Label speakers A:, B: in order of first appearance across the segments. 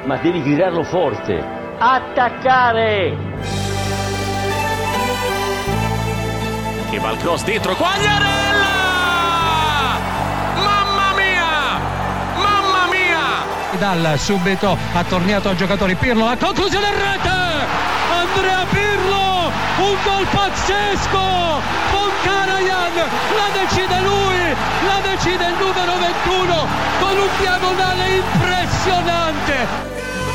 A: ma devi gridarlo forte. Attaccare!
B: Che va il cross dentro, Quagliarella! Mamma mia! Mamma mia!
C: Dal subito ha tornato ai giocatori Pirlo, la conclusione in rete! Andrea Pirlo, un gol pazzesco! Con Karajan, la decide lui, la decide il numero 21 con un diagonale impressionante!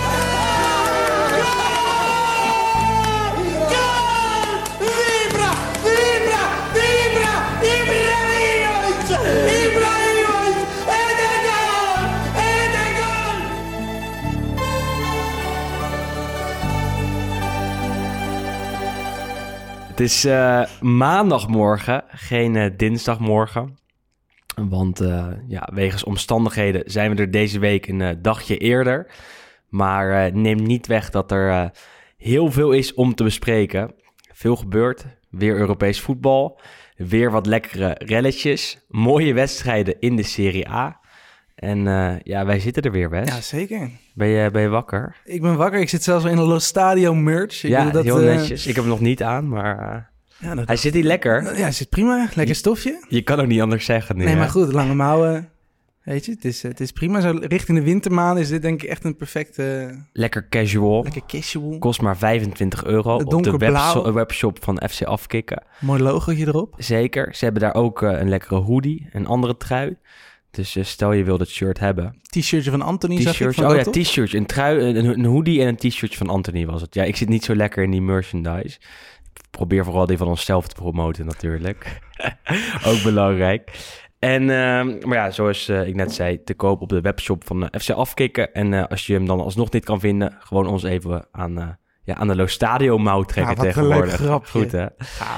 D: Het is maandagmorgen, geen dinsdagmorgen. Want wegens omstandigheden zijn we er deze week een dagje eerder. Maar neem niet weg dat er heel veel is om te bespreken. Veel gebeurt, weer Europees voetbal, weer wat lekkere relletjes, mooie wedstrijden in de Serie A. En wij zitten er weer, Wes.
E: Ja, zeker.
D: Ben je wakker?
E: Ik ben wakker. Ik zit zelfs in een Lo Stadio merch.
D: Heel netjes. Ik heb hem nog niet aan, maar hij zit hier lekker.
E: Ja, hij zit prima. Lekker stofje.
D: Je kan ook niet anders zeggen nu.
E: Nee, maar goed. Lange mouwen. Weet je, het is prima. Zo richting de wintermaanden is dit denk ik echt een perfecte...
D: Lekker casual.
E: Lekker casual.
D: Kost maar €25 op de webshop van FC Afkikken.
E: Mooi logootje erop.
D: Zeker. Ze hebben daar ook een lekkere hoodie, een andere trui. Dus stel je wil dat shirt hebben.
E: T-shirtje van Anthony
D: T-shirtje. Een trui, een hoodie en een t-shirtje van Anthony was het. Ja, ik zit niet zo lekker in die merchandise. Ik probeer vooral die van onszelf te promoten natuurlijk. Ook belangrijk. En zoals ik net zei, te koop op de webshop van FC Afkikken. En als je hem dan alsnog niet kan vinden, gewoon ons even aan de Lo Stadio mouw trekken tegenwoordig.
E: Wat een leuk grapje.
D: Goed, hè?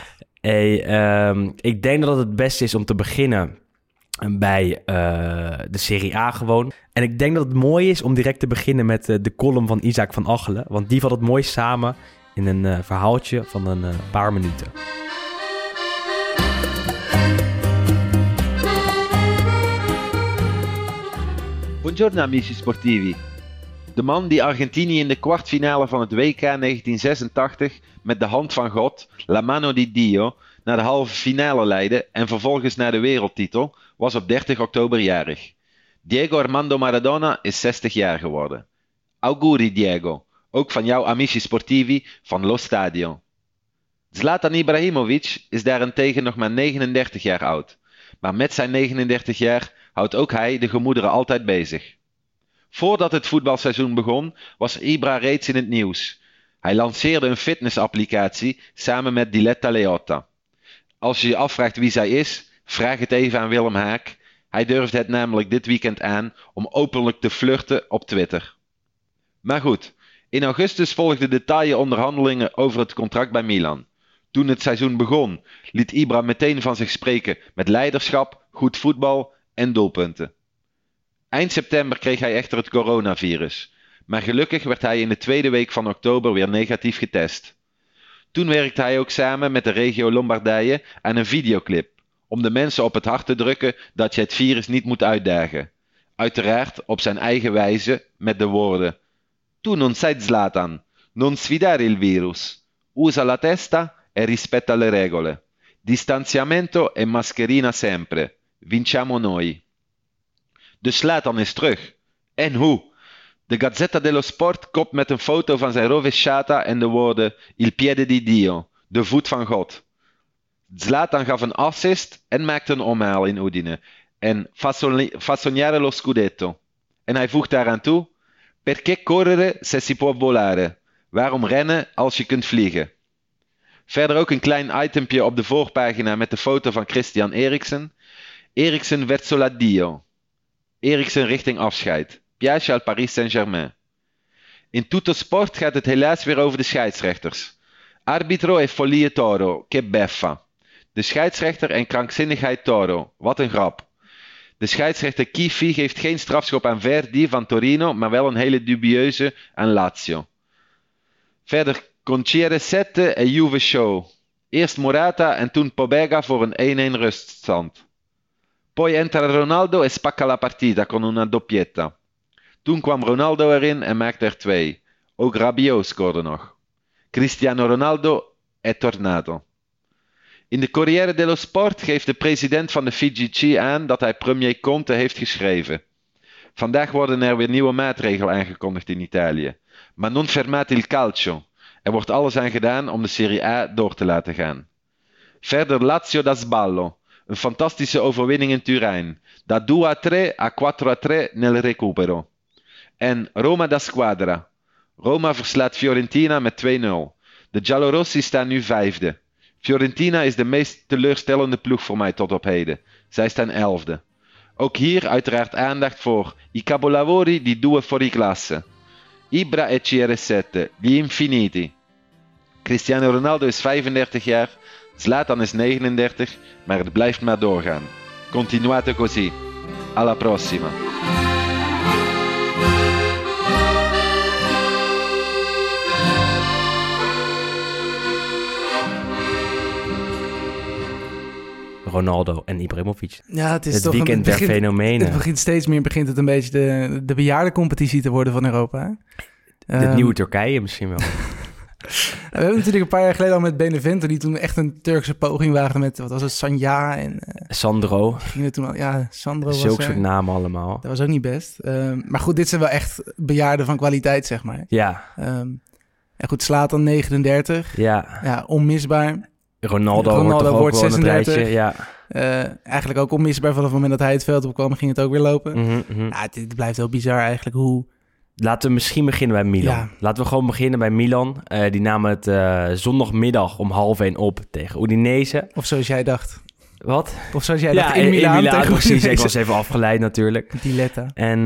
D: Ik denk dat het beste is om te beginnen bij de Serie A gewoon. En ik denk dat het mooi is om direct te beginnen met de column van Isaac van Achelen. Want die vat het mooi samen in een verhaaltje van een paar minuten.
F: Buongiorno amici sportivi. De man die Argentinië in de kwartfinale van het WK 1986 met de hand van God, La Mano di Dio, naar de halve finale leidde en vervolgens naar de wereldtitel, was op 30 oktober jarig. Diego Armando Maradona is 60 jaar geworden. Auguri Diego, ook van jou amici sportivi van Lo Stadio. Zlatan Ibrahimovic is daarentegen nog maar 39 jaar oud. Maar met zijn 39 jaar houdt ook hij de gemoederen altijd bezig. Voordat het voetbalseizoen begon, was Ibra reeds in het nieuws. Hij lanceerde een fitnessapplicatie samen met Diletta Leotta. Als je je afvraagt wie zij is, vraag het even aan Willem Haak. Hij durfde het namelijk dit weekend aan om openlijk te flirten op Twitter. Maar goed, in augustus volgden de taaie onderhandelingen over het contract bij Milan. Toen het seizoen begon, liet Ibra meteen van zich spreken met leiderschap, goed voetbal en doelpunten. Eind september kreeg hij echter het coronavirus, maar gelukkig werd hij in de tweede week van oktober weer negatief getest. Toen werkte hij ook samen met de regio Lombardije aan een videoclip, om de mensen op het hart te drukken dat je het virus niet moet uitdagen. Uiteraard op zijn eigen wijze met de woorden: Tu non sei Zlatan, non sfidare il virus, usa la testa e rispetta le regole. Distanziamento e mascherina sempre, vinciamo noi. De Zlatan is terug. En hoe? De Gazzetta dello Sport kopt met een foto van zijn rovesciata en de woorden Il piede di Dio, de voet van God. Zlatan gaf een assist en maakte een omhaal in Udine en fa sognare lo scudetto. En hij voegt daaraan toe: Perché correre se si può volare? Waarom rennen als je kunt vliegen? Verder ook een klein itempje op de voorpagina met de foto van Christian Eriksen. Eriksen verso l'addio. Eriksen richting afscheid. Piace al Paris Saint-Germain. In Tutto Sport gaat het helaas weer over de scheidsrechters. Arbitro e follie Toro, che beffa. De scheidsrechter en krankzinnigheid Toro, wat een grap. De scheidsrechter Chiffi geeft geen strafschop aan Verdi van Torino, maar wel een hele dubieuze aan Lazio. Verder Concierre 7 e Juve Show. Eerst Morata en toen Pobega voor een 1-1 ruststand. Poi entra Ronaldo e spacca la partita con una doppietta. Toen kwam Ronaldo erin en maakte er 2. Ook Rabiot scoorde nog. Cristiano Ronaldo è tornato. In de Corriere dello Sport geeft de president van de FIGC aan dat hij premier Conte heeft geschreven. Vandaag worden er weer nieuwe maatregelen aangekondigd in Italië. Ma non fermate il calcio. Er wordt alles aan gedaan om de Serie A door te laten gaan. Verder Lazio da sballo. Een fantastische overwinning in Turijn. Da 2-3 a 4-3 nel recupero. En Roma da squadra. Roma verslaat Fiorentina met 2-0. De Giallorossi staan nu 5e. Fiorentina is de meest teleurstellende ploeg voor mij tot op heden. Zij staan 11e. Ook hier uiteraard aandacht voor I capolavori di due fuori classe. Ibra e CR7, gli infiniti. Cristiano Ronaldo is 35 jaar, Zlatan is 39, maar het blijft maar doorgaan. Continuate così. Alla prossima.
D: Ronaldo en Ibrahimovic.
E: Ja, het is
D: Het
E: toch
D: weekend der fenomenen.
E: Het begint steeds meer het een beetje de bejaardencompetitie te worden van Europa.
D: Het nieuwe Turkije misschien wel.
E: We hebben natuurlijk een paar jaar geleden al met Benevento, die toen echt een Turkse poging waagde met, wat was het, Sanja en...
D: Sandro.
E: Ging er toen al, ja, Sandro was
D: Zulke soort namen allemaal.
E: Dat was ook niet best. Maar goed, dit zijn wel echt bejaarden van kwaliteit, zeg maar.
D: Ja.
E: En goed, Zlatan 39. Ja, onmisbaar.
D: Ronaldo wordt 36. Ja.
E: Eigenlijk ook onmisbaar vanaf het moment dat hij het veld opkwam, ging het ook weer lopen. Ja, het blijft wel bizar eigenlijk hoe...
D: Laten we misschien beginnen bij Milan.
E: Ja.
D: Laten we gewoon beginnen bij Milan. Die namen het zondagmiddag om 12:30 op tegen Udinese.
E: Of zoals jij dacht.
D: Wat?
E: Of zoals jij dacht in Milaan tegen
D: precies.
E: Udinese.
D: Ik was even afgeleid natuurlijk.
E: Diletta.
D: En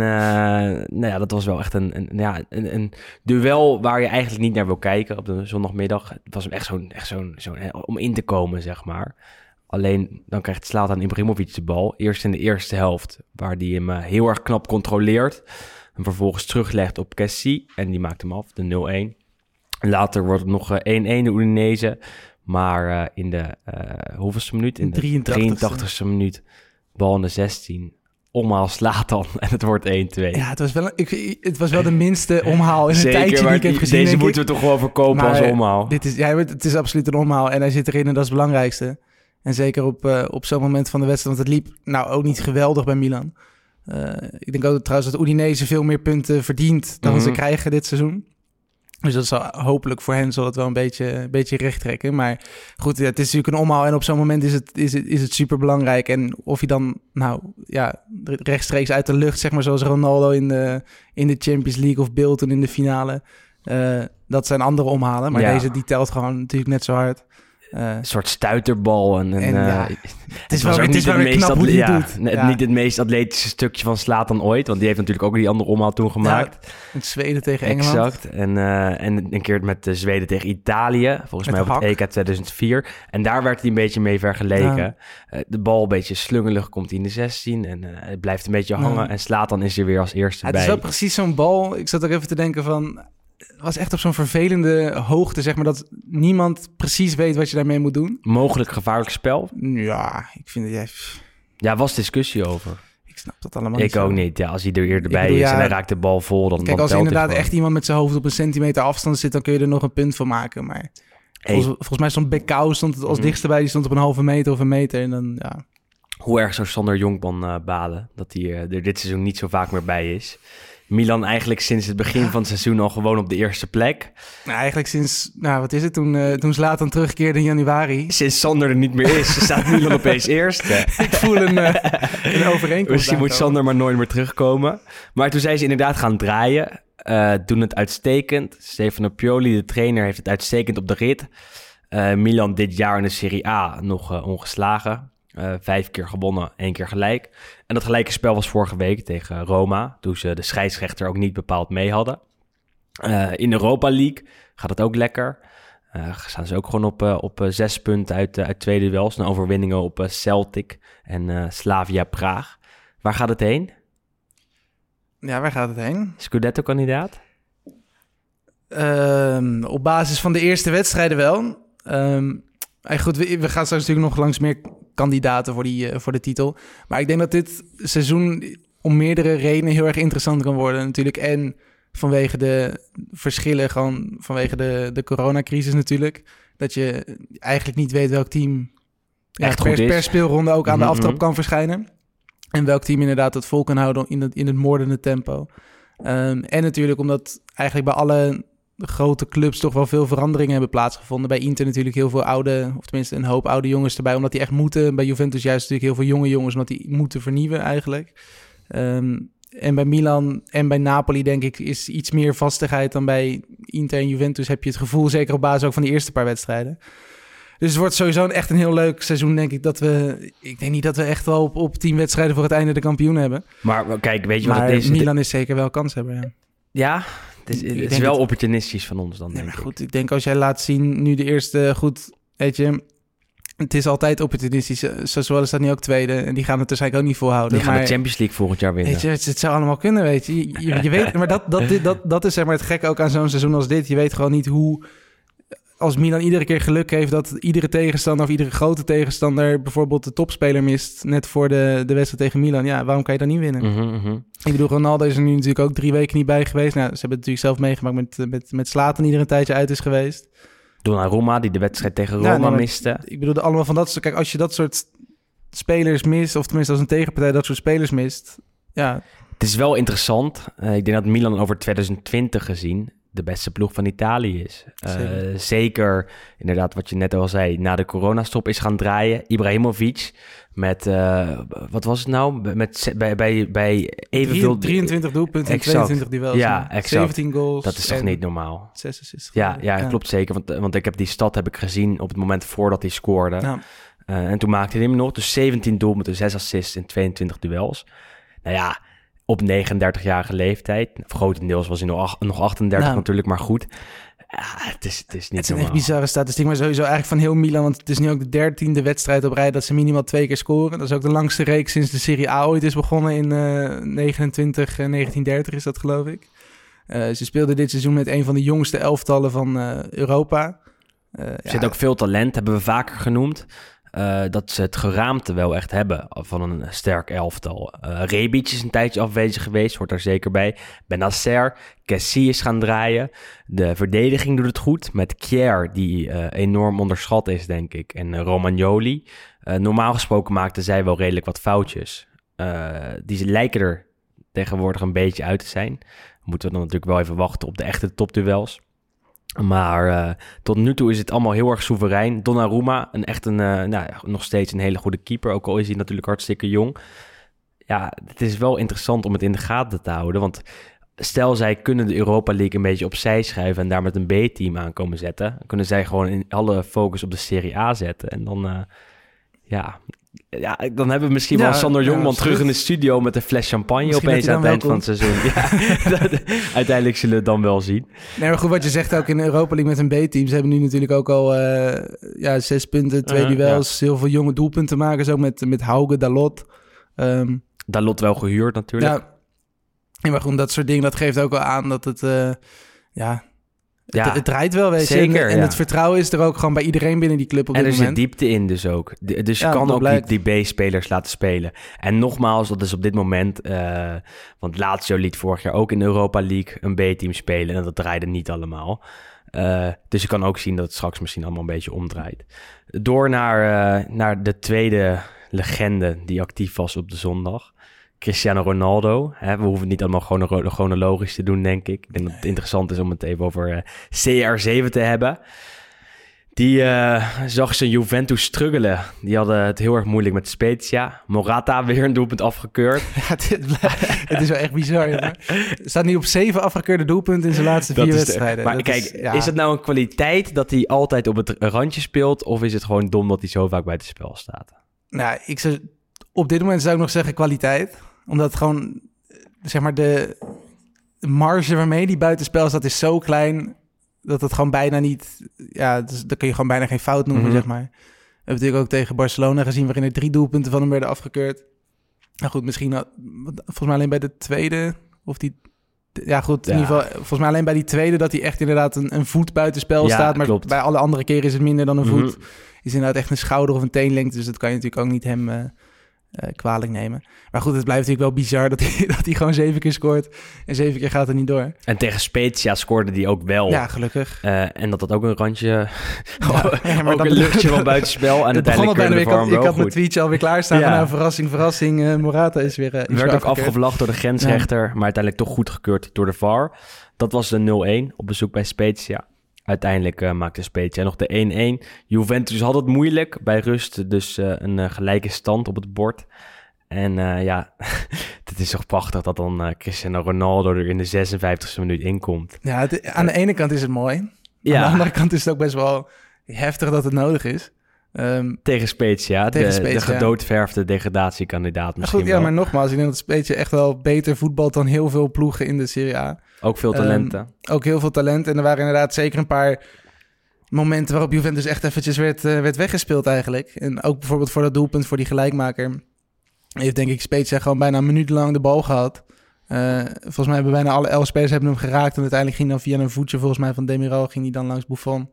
D: dat was wel echt een duel waar je eigenlijk niet naar wil kijken op de zondagmiddag. Het was echt zo'n om in te komen, zeg maar. Alleen dan krijgt Zlatan Ibrahimovic de bal. Eerst in de eerste helft, waar hij hem heel erg knap controleert. En vervolgens teruglegt op Kessie. En die maakt hem af, de 0-1. Later wordt het nog 1-1 de Udinese. Maar in de hoeveelste minuut? In de 83ste minuut. Bal in de 16. Omhaal Zlatan en het wordt 1-2.
E: Ja, het was wel de minste omhaal in een tijdje die ik heb gezien.
D: Deze moeten we toch wel verkopen als omhaal.
E: Het is absoluut een omhaal en hij zit erin en dat is het belangrijkste. En zeker op zo'n moment van de wedstrijd, want het liep nou ook niet geweldig bij Milan. Ik denk ook trouwens dat Udinese veel meer punten verdient dan ze krijgen dit seizoen. Dus dat zal hopelijk voor hen zal het wel een beetje recht trekken. Maar goed, het is natuurlijk een omhaal en op zo'n moment is het super belangrijk. En of je dan rechtstreeks uit de lucht, zeg maar zoals Ronaldo in de Champions League of Bilton in de finale. Dat zijn andere omhalen. Maar deze die telt gewoon natuurlijk net zo hard.
D: Een soort stuiterbal.
E: Het is wel weer knap hoe hij het doet.
D: Niet het meest atletische stukje van Zlatan ooit. Want die heeft natuurlijk ook die andere omhaal toen gemaakt.
E: Ja, met Zweden tegen Engeland.
D: Exact. En een keer met de Zweden tegen Italië. Volgens mij op het EK 2004. En daar werd hij een beetje mee vergeleken. Ja. De bal een beetje slungelig komt hij in de 16. En het blijft een beetje hangen. En Zlatan is er weer als eerste bij.
E: Het is wel precies zo'n bal. Ik zat ook even te denken van... Het was echt op zo'n vervelende hoogte, zeg maar, dat niemand precies weet wat je daarmee moet doen.
D: Mogelijk gevaarlijk spel?
E: Ja, ik vind het...
D: Ja, was discussie over.
E: Ik snap dat allemaal niet.
D: Ik ook niet. Ja, als hij er eerder bij is en hij raakt de bal vol, dan
E: kijk, als
D: er
E: inderdaad echt iemand met zijn hoofd op een centimeter afstand zit, dan kun je er nog een punt van maken. Maar volgens mij stond Bekkau als dichtste bij, die stond op een halve meter of een meter. En dan, ja...
D: Hoe erg zou Sander Jonkman balen dat hij er dit seizoen niet zo vaak meer bij is. Milan eigenlijk sinds het begin van het seizoen al gewoon op de eerste plek.
E: Nou, eigenlijk sinds, wat is het, toen Zlatan terugkeerde in januari.
D: Sinds Sander er niet meer is, staat Milan opeens eerst.
E: Ik voel een overeenkomst.
D: Misschien moet Sander maar nooit meer terugkomen. Maar toen zijn ze inderdaad gaan draaien. Doen het uitstekend. Stefano Pioli, de trainer, heeft het uitstekend op de rit. Milan dit jaar in de Serie A nog ongeslagen. 5 keer gewonnen, 1 keer gelijk. En dat gelijke spel was vorige week tegen Roma, toen ze de scheidsrechter ook niet bepaald mee hadden. In de Europa League gaat het ook lekker. Staan ze ook gewoon op 6 punten uit 2 duels. Een overwinningen op Celtic en Slavia Praag. Waar gaat het heen?
E: Ja, waar gaat het heen?
D: Scudetto-kandidaat?
E: Op basis van de eerste wedstrijden wel. Goed, we gaan straks natuurlijk nog langs meer kandidaten voor de titel. Maar ik denk dat dit seizoen om meerdere redenen heel erg interessant kan worden natuurlijk. En vanwege de verschillen, gewoon vanwege de coronacrisis natuurlijk. Dat je eigenlijk niet weet welk team
D: echt per
E: speelronde ook aan de aftrap kan verschijnen. En welk team inderdaad het vol kan houden in het moordende tempo. En natuurlijk omdat eigenlijk bij alle grote clubs toch wel veel veranderingen hebben plaatsgevonden. Bij Inter natuurlijk heel veel oude, of tenminste een hoop oude jongens erbij, omdat die echt moeten. Bij Juventus juist natuurlijk heel veel jonge jongens, omdat die moeten vernieuwen eigenlijk. En bij Milan en bij Napoli denk ik is iets meer vastigheid dan bij Inter en Juventus. Heb je het gevoel, zeker op basis ook van die eerste paar wedstrijden. Dus het wordt sowieso echt een heel leuk seizoen, denk ik. Ik denk niet dat we echt wel op 10 wedstrijden voor het einde de kampioen hebben.
D: Maar kijk, weet je wat het is?
E: Milan is zeker wel kanshebber, ja.
D: Ja, het is wel opportunistisch van ons dan, denk ik.
E: Goed, ik denk als jij laat zien nu de eerste, goed, weet je, het is altijd opportunistisch. Sassuolo staat nu ook tweede en die gaan het waarschijnlijk ook niet volhouden.
D: Die gaan de Champions League volgend jaar winnen.
E: Weet je, het zou allemaal kunnen, weet je. Je weet, maar dat is zeg maar het gekke ook aan zo'n seizoen als dit. Je weet gewoon niet hoe, als Milan iedere keer geluk heeft dat iedere tegenstander of iedere grote tegenstander bijvoorbeeld de topspeler mist net voor de wedstrijd tegen Milan. Ja, waarom kan je dan niet winnen? Ik bedoel, Ronaldo is er nu natuurlijk ook 3 weken niet bij geweest. Nou, ze hebben het natuurlijk zelf meegemaakt met Zlatan die er een tijdje uit is geweest.
D: Donnarumma die de wedstrijd tegen Roma miste.
E: Ik bedoel, allemaal van dat soort. Kijk, als je dat soort spelers mist, of tenminste als een tegenpartij dat soort spelers mist, ja.
D: Het is wel interessant. Ik denk dat Milan over 2020 gezien de beste ploeg van Italië is. Zeker, inderdaad, wat je net al zei, na de coronastop is gaan draaien. Ibrahimovic met, wat was het nou? Bij evenveel...
E: 23 doelpunten en 22 duels.
D: Ja, exact.
E: 17 goals.
D: Dat is toch niet normaal?
E: 6 assists.
D: Ja, klopt zeker. Want ik heb die stat gezien op het moment voordat hij scoorde. Ja. En toen maakte hij hem nog. Dus 17 doelpunten, 6 assists in 22 duels. Nou ja, op 39-jarige leeftijd. Grotendeels was hij nog 38 natuurlijk, maar goed. Ja, het is niet
E: het is een echt bizarre statistiek, maar sowieso eigenlijk van heel Milan. Want het is nu ook de 13e wedstrijd op rij dat ze minimaal 2 keer scoren. Dat is ook de langste reeks sinds de Serie A ooit is begonnen in 1930 is dat, geloof ik. Ze speelden dit seizoen met een van de jongste elftallen van Europa.
D: Er zit ook veel talent, hebben we vaker genoemd. Dat ze het geraamte wel echt hebben van een sterk elftal. Rebic is een tijdje afwezig geweest, hoort daar zeker bij. Benacer, Kessie is gaan draaien. De verdediging doet het goed met Kjaer, die enorm onderschat is, denk ik. En Romagnoli. Normaal gesproken maakten zij wel redelijk wat foutjes. Die lijken er tegenwoordig een beetje uit te zijn. Moeten we dan natuurlijk wel even wachten op de echte topduels. Maar tot nu toe is het allemaal heel erg soeverein. Donnarumma, nog steeds een hele goede keeper. Ook al is hij natuurlijk hartstikke jong. Ja, het is wel interessant om het in de gaten te houden. Want stel zij kunnen de Europa League een beetje opzij schuiven en daar met een B-team aan komen zetten. Dan kunnen zij gewoon in alle focus op de Serie A zetten. En dan, dan hebben we misschien wel Sander Jongman terug in de studio met een fles champagne misschien opeens aan het eind van het seizoen. Uiteindelijk zullen we het dan wel zien.
E: Nee, maar goed, wat je zegt ook in de Europa League met een B-team. Ze hebben nu natuurlijk ook al 6 punten, 2 duels, heel veel jonge doelpunten maken. Zo met Hauge, Dalot.
D: Dalot wel gehuurd natuurlijk.
E: Ja, maar goed, dat soort dingen, dat geeft ook wel aan dat het... Het draait wel, weet je. Zeker, en het vertrouwen is er ook gewoon bij iedereen binnen die club op dit moment.
D: En er zit diepte in dus ook. Dus je kan ook die B-spelers laten spelen. En nogmaals, dat is op dit moment... want Lazio liet vorig jaar ook in de Europa League een B-team spelen. En dat draaide niet allemaal. Dus je kan ook zien dat het straks misschien allemaal een beetje omdraait. Door naar de tweede legende die actief was op de zondag. Cristiano Ronaldo. We hoeven het niet allemaal chronologisch te doen, denk ik. Ik denk dat het interessant is om het even over CR7 te hebben. Die zag zijn Juventus struggelen. Die hadden het heel erg moeilijk met Spezia. Morata weer een doelpunt afgekeurd.
E: Het is wel echt bizar. Jongen. Er staat nu op 7 afgekeurde doelpunten in zijn laatste 4 wedstrijden.
D: Maar kijk, is het nou een kwaliteit dat hij altijd op het randje speelt? Of is het gewoon dom dat hij zo vaak bij het spel staat?
E: Nou, op dit moment zou ik nog zeggen kwaliteit. Omdat gewoon, zeg maar, de marge waarmee die buitenspel staat is zo klein dat het gewoon bijna niet... Ja, dus dan kun je gewoon bijna geen fout noemen, zeg maar. We hebben natuurlijk ook tegen Barcelona gezien waarin er 3 doelpunten van hem werden afgekeurd. Nou goed, misschien volgens mij alleen bij de tweede of die... Ja goed, in ieder geval volgens mij alleen bij die tweede dat hij echt inderdaad een voet buitenspel staat. Maar klopt. Bij alle andere keren is het minder dan een voet. Is inderdaad echt een schouder of een teenlengte. Dus dat kan je natuurlijk ook niet hem kwalijk nemen. Maar goed, het blijft natuurlijk wel bizar dat hij gewoon 7 keer scoort en 7 keer gaat er niet door.
D: En tegen Spezia scoorde hij ook wel.
E: Ja, gelukkig.
D: En dat ook een randje,
E: maar
D: ook een luchtje van buitenspel. En uiteindelijk keurde de VAR wel
E: Ik had mijn
D: goed.
E: tweetje alweer klaarstaan.
D: Ja.
E: Nou, verrassing. Morata is weer
D: werd ook afgevlacht door de grensrechter, maar uiteindelijk toch goedgekeurd door de VAR. Dat was de 0-1 op bezoek bij Spezia. Uiteindelijk maakte Spezia nog de 1-1. Juventus had het moeilijk bij rust, dus een gelijke stand op het bord. En het is toch prachtig dat dan Cristiano Ronaldo er in de 56e minuut inkomt.
E: Ja, aan de ene kant is het mooi. Aan de andere kant is het ook best wel heftig dat het nodig is.
D: Tegen Spezia, de gedoodverfde degradatiekandidaat misschien
E: goed, ja,
D: wel.
E: maar nogmaals, ik denk dat Spezia echt wel beter voetbalt dan heel veel ploegen in de Serie A.
D: Ook veel talenten.
E: Ook heel veel talent. En er waren inderdaad zeker een paar momenten waarop Juventus echt eventjes werd weggespeeld eigenlijk. En ook bijvoorbeeld voor dat doelpunt, voor die gelijkmaker, heeft denk ik Spezia gewoon bijna een minuut lang de bal gehad. Volgens mij hebben bijna alle 11 spelers hebben hem geraakt. En uiteindelijk ging dan via een voetje volgens mij van Demiral ging hij dan langs Buffon.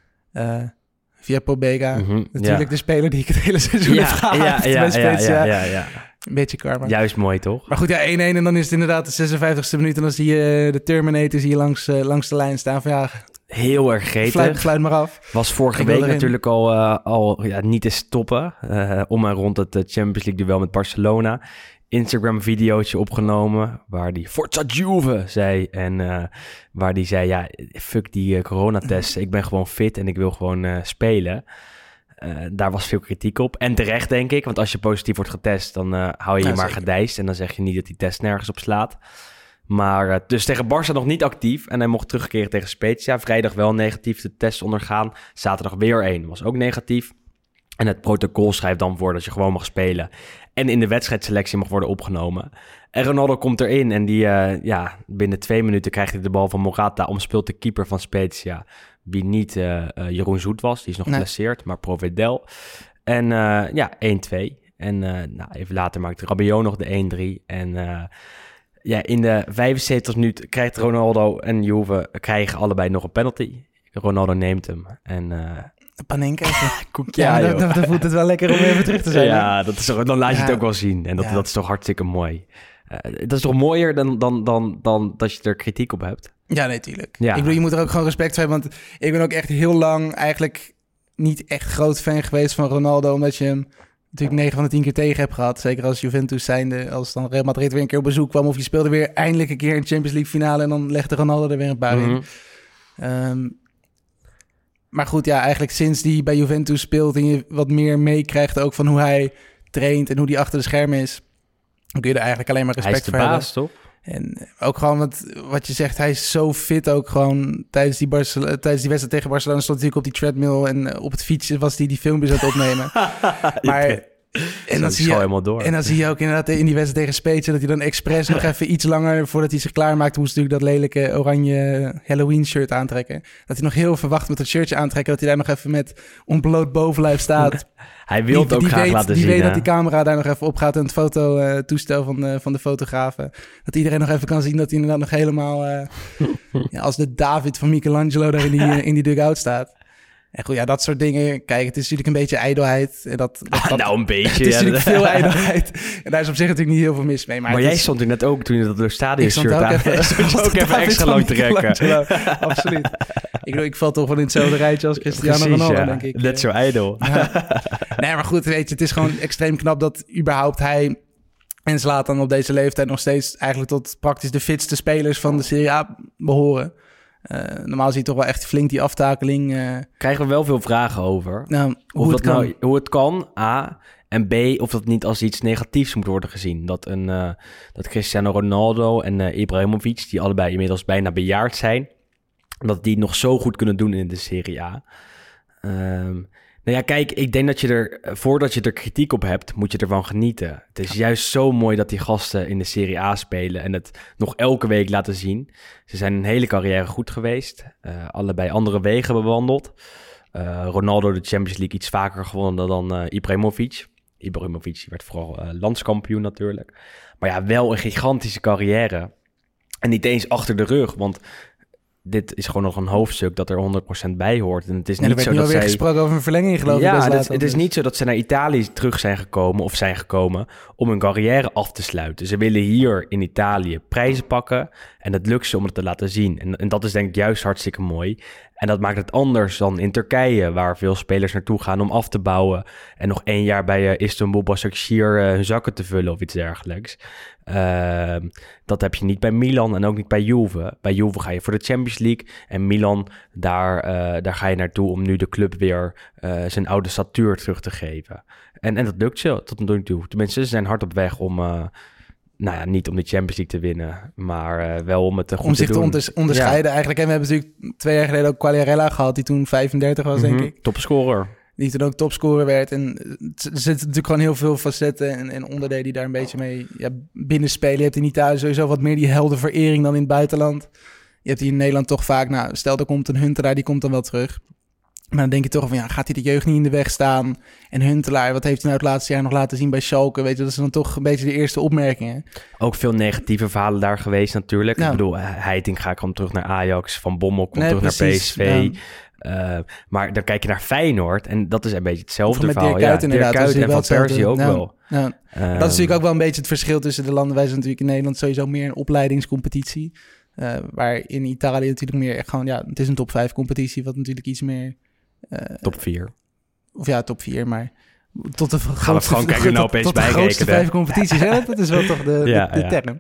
E: Via Pobega. Natuurlijk de speler die ik het hele seizoen heb gehaald bij Spezia.
D: Ja.
E: Een beetje karma.
D: Juist mooi, toch?
E: Maar goed, ja, 1-1 en dan is het inderdaad de 56e minuut. En dan zie je de Terminator zie je langs de lijn staan van ja...
D: Heel erg gretig.
E: Fluit maar af.
D: Was vorige week natuurlijk al niet te stoppen. Om en rond het Champions League duel met Barcelona. Instagram-videootje opgenomen waar die Forza Juve zei. En waar die zei, ja, fuck die coronatesten. Ik ben gewoon fit en ik wil gewoon spelen. Daar was veel kritiek op. En terecht, denk ik. Want als je positief wordt getest, dan hou je maar gedijst. En dan zeg je niet dat die test nergens op slaat. Maar dus tegen Barça nog niet actief. En hij mocht terugkeren tegen Spezia. Vrijdag wel negatief de test ondergaan. Zaterdag weer 1. Was ook negatief. En het protocol schrijft dan voor dat je gewoon mag spelen. En in de wedstrijdselectie mag worden opgenomen. En Ronaldo komt erin. En die, binnen 2 minuten krijgt hij de bal van Morata. Omspeelt de keeper van Spezia. Wie niet Jeroen Zoet was. Die is nog geblesseerd. Maar Provedel. En 1-2. En even later maakt Rabiot nog de 1-3. En... in de 75 minuut krijgt Ronaldo en Juve krijgen allebei nog een penalty. Ronaldo neemt hem. En
E: Panenka.
D: Dan
E: voelt het wel lekker om even terug te zijn.
D: Ja, dat is toch, dan laat je het ook wel zien. En dat is toch hartstikke mooi. Dat is toch mooier dan dat je er kritiek op hebt?
E: Ja, nee, tuurlijk.
D: Ja.
E: Ik bedoel, je moet er ook gewoon respect voor hebben. Want ik ben ook echt heel lang eigenlijk niet echt groot fan geweest van Ronaldo. Omdat je hem natuurlijk 9 van de 10 keer tegen hebt gehad. Zeker als Juventus zijnde. Als dan Real Madrid weer een keer op bezoek kwam. Of je speelde weer eindelijk een keer een Champions League finale. En dan legde Ronaldo er weer een paar in. Maar goed, ja, eigenlijk sinds die bij Juventus speelt en je wat meer meekrijgt ook van hoe hij traint en hoe die achter de schermen is, dan kun je er eigenlijk alleen maar respect voor hebben.
D: Hij is de baas, toch?
E: En ook gewoon wat je zegt, hij is zo fit ook gewoon. Tijdens die wedstrijd tegen Barcelona stond hij natuurlijk op die treadmill en op het fietsen was hij die filmpjes aan het opnemen. Maar... En dan zie je ook inderdaad in die wedstrijd tegen Spezia dat hij dan expres nog even iets langer voordat hij zich klaarmaakte, moest natuurlijk dat lelijke oranje Halloween shirt aantrekken. Dat hij nog heel verwacht met dat shirtje aantrekken, dat hij daar nog even met ontbloot bovenlijf staat.
D: Hij wil het ook graag laten zien.
E: Die weet dat die camera daar nog even op gaat en het fototoestel van de fotografen. Dat iedereen nog even kan zien dat hij inderdaad nog helemaal als de David van Michelangelo daar in die dugout staat. En goed, ja, dat soort dingen. Kijk, het is natuurlijk een beetje ijdelheid.
D: Nou, een beetje.
E: Het is natuurlijk veel ijdelheid. En daar is op zich natuurlijk niet heel veel mis mee. Maar
D: jij stond er net ook toen je dat door stadion-shirt aan
E: ook even
D: extra lang trekken.
E: Absoluut. Ik val toch wel in hetzelfde rijtje als Cristiano Ronaldo, denk ik.
D: Net zo ijdel.
E: Ja. Nee, maar goed, weet je, het is gewoon extreem knap dat überhaupt hij en Zlatan op deze leeftijd nog steeds eigenlijk tot praktisch de fitste spelers van de Serie A behoren. Normaal zie je toch wel echt flink die aftakeling.
D: Krijgen we wel veel vragen over.
E: Nou,
D: hoe het kan, A. En B, of dat niet als iets negatiefs moet worden gezien. Dat Cristiano Ronaldo en Ibrahimovic, die allebei inmiddels bijna bejaard zijn, dat die nog zo goed kunnen doen in de Serie A. Nou ja, kijk, ik denk dat voordat je er kritiek op hebt, moet je ervan genieten. Het is juist zo mooi dat die gasten in de Serie A spelen en het nog elke week laten zien. Ze zijn een hele carrière goed geweest, allebei andere wegen bewandeld. Ronaldo de Champions League iets vaker gewonnen dan Ibrahimovic. Ibrahimovic werd vooral landskampioen natuurlijk. Maar ja, wel een gigantische carrière. En niet eens achter de rug, want dit is gewoon nog een hoofdstuk dat er 100% bij hoort. En het is
E: En er
D: niet
E: werd
D: zo
E: nu
D: dat
E: alweer
D: zij...
E: gesproken over een verlenging, geloof ik.
D: Ja,
E: best
D: het is
E: laat.
D: niet zo dat ze naar Italië terug zijn gekomen om hun carrière af te sluiten. Ze willen hier in Italië prijzen pakken en het lukt ze om het te laten zien. En dat is denk ik juist hartstikke mooi. En dat maakt het anders dan in Turkije, waar veel spelers naartoe gaan om af te bouwen en nog 1 jaar bij Istanbul Başakşehir hun zakken te vullen of iets dergelijks. Dat heb je niet bij Milan en ook niet bij Juve. Bij Juve ga je voor de Champions League en Milan, daar ga je naartoe om nu de club weer zijn oude statuur terug te geven. En dat lukt ze tot nu toe. Tenminste, ze zijn hard op weg om... niet om de Champions League te winnen, maar wel om het goed
E: om zich
D: te doen.
E: te onderscheiden eigenlijk. En we hebben natuurlijk 2 jaar geleden ook Quagliarella gehad, die toen 35 was, denk ik.
D: Topscorer.
E: Die toen ook topscorer werd. En er zitten natuurlijk gewoon heel veel facetten en onderdelen die daar een beetje mee binnenspelen. Je hebt in Italië sowieso wat meer die heldenverering dan in het buitenland. Je hebt hier in Nederland toch vaak, stel er komt een Huntelaar, die komt dan wel terug. Maar dan denk je toch van, gaat hij de jeugd niet in de weg staan? En Huntelaar, wat heeft hij nou het laatste jaar nog laten zien bij Schalke? Weet je, dat is dan toch een beetje de eerste opmerkingen.
D: Ook veel negatieve verhalen daar geweest natuurlijk. Ik bedoel, Heitinga kwam terug naar Ajax, Van Bommel komt terug naar PSV. Ja. Maar dan kijk je naar Feyenoord en dat is een beetje hetzelfde verhaal.
E: Dirk Kuyt, inderdaad.
D: Dirk Kuyt en Van Persie ook wel.
E: Ja. Dat is natuurlijk ook wel een beetje het verschil tussen de landen. Wij zijn natuurlijk in Nederland sowieso meer een opleidingscompetitie. Waar in Italië natuurlijk meer echt gewoon, het is een top 5 competitie, wat natuurlijk iets meer...
D: top 4.
E: Of top 4, maar tot de
D: gaan we Frankrijk er nou opeens bij rekenen.
E: grootste 5 competities, hè? Dat is wel toch de term.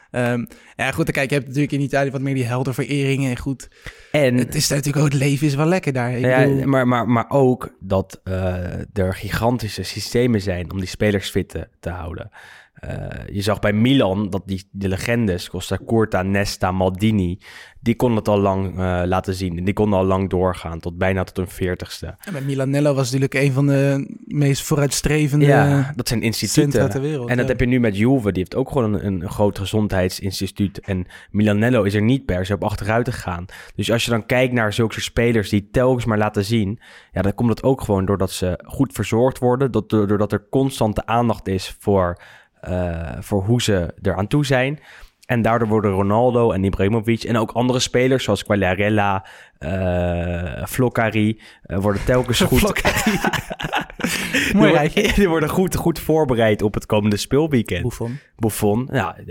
E: Goed, dan kijk, je hebt natuurlijk in Italië wat meer die heldenvereringen en goed. En het is natuurlijk ook, het leven is wel lekker daar. Ik bedoel...
D: maar ook dat er gigantische systemen zijn om die spelers fit te houden. Je zag bij Milan dat de legendes, Costa Curta, Nesta, Maldini, die konden het al lang laten zien. En die konden al lang doorgaan, bijna tot hun 40ste.
E: En bij Milanello was natuurlijk een van de meest vooruitstrevende
D: dat zijn instituten
E: ter wereld.
D: En dat heb je nu met Juve. Die heeft ook gewoon een groot gezondheidsinstituut. En Milanello is er niet per se op achteruit te gaan. Dus als je dan kijkt naar zulke soort spelers die telkens maar laten zien, dan komt dat ook gewoon doordat ze goed verzorgd worden. Doordat er constante aandacht is voor hoe ze eraan toe zijn. En daardoor worden Ronaldo en Ibrahimovic en ook andere spelers zoals Quagliarella, Floccari worden telkens goed...
E: Mooi
D: die worden goed voorbereid op het komende speelweekend. Buffon.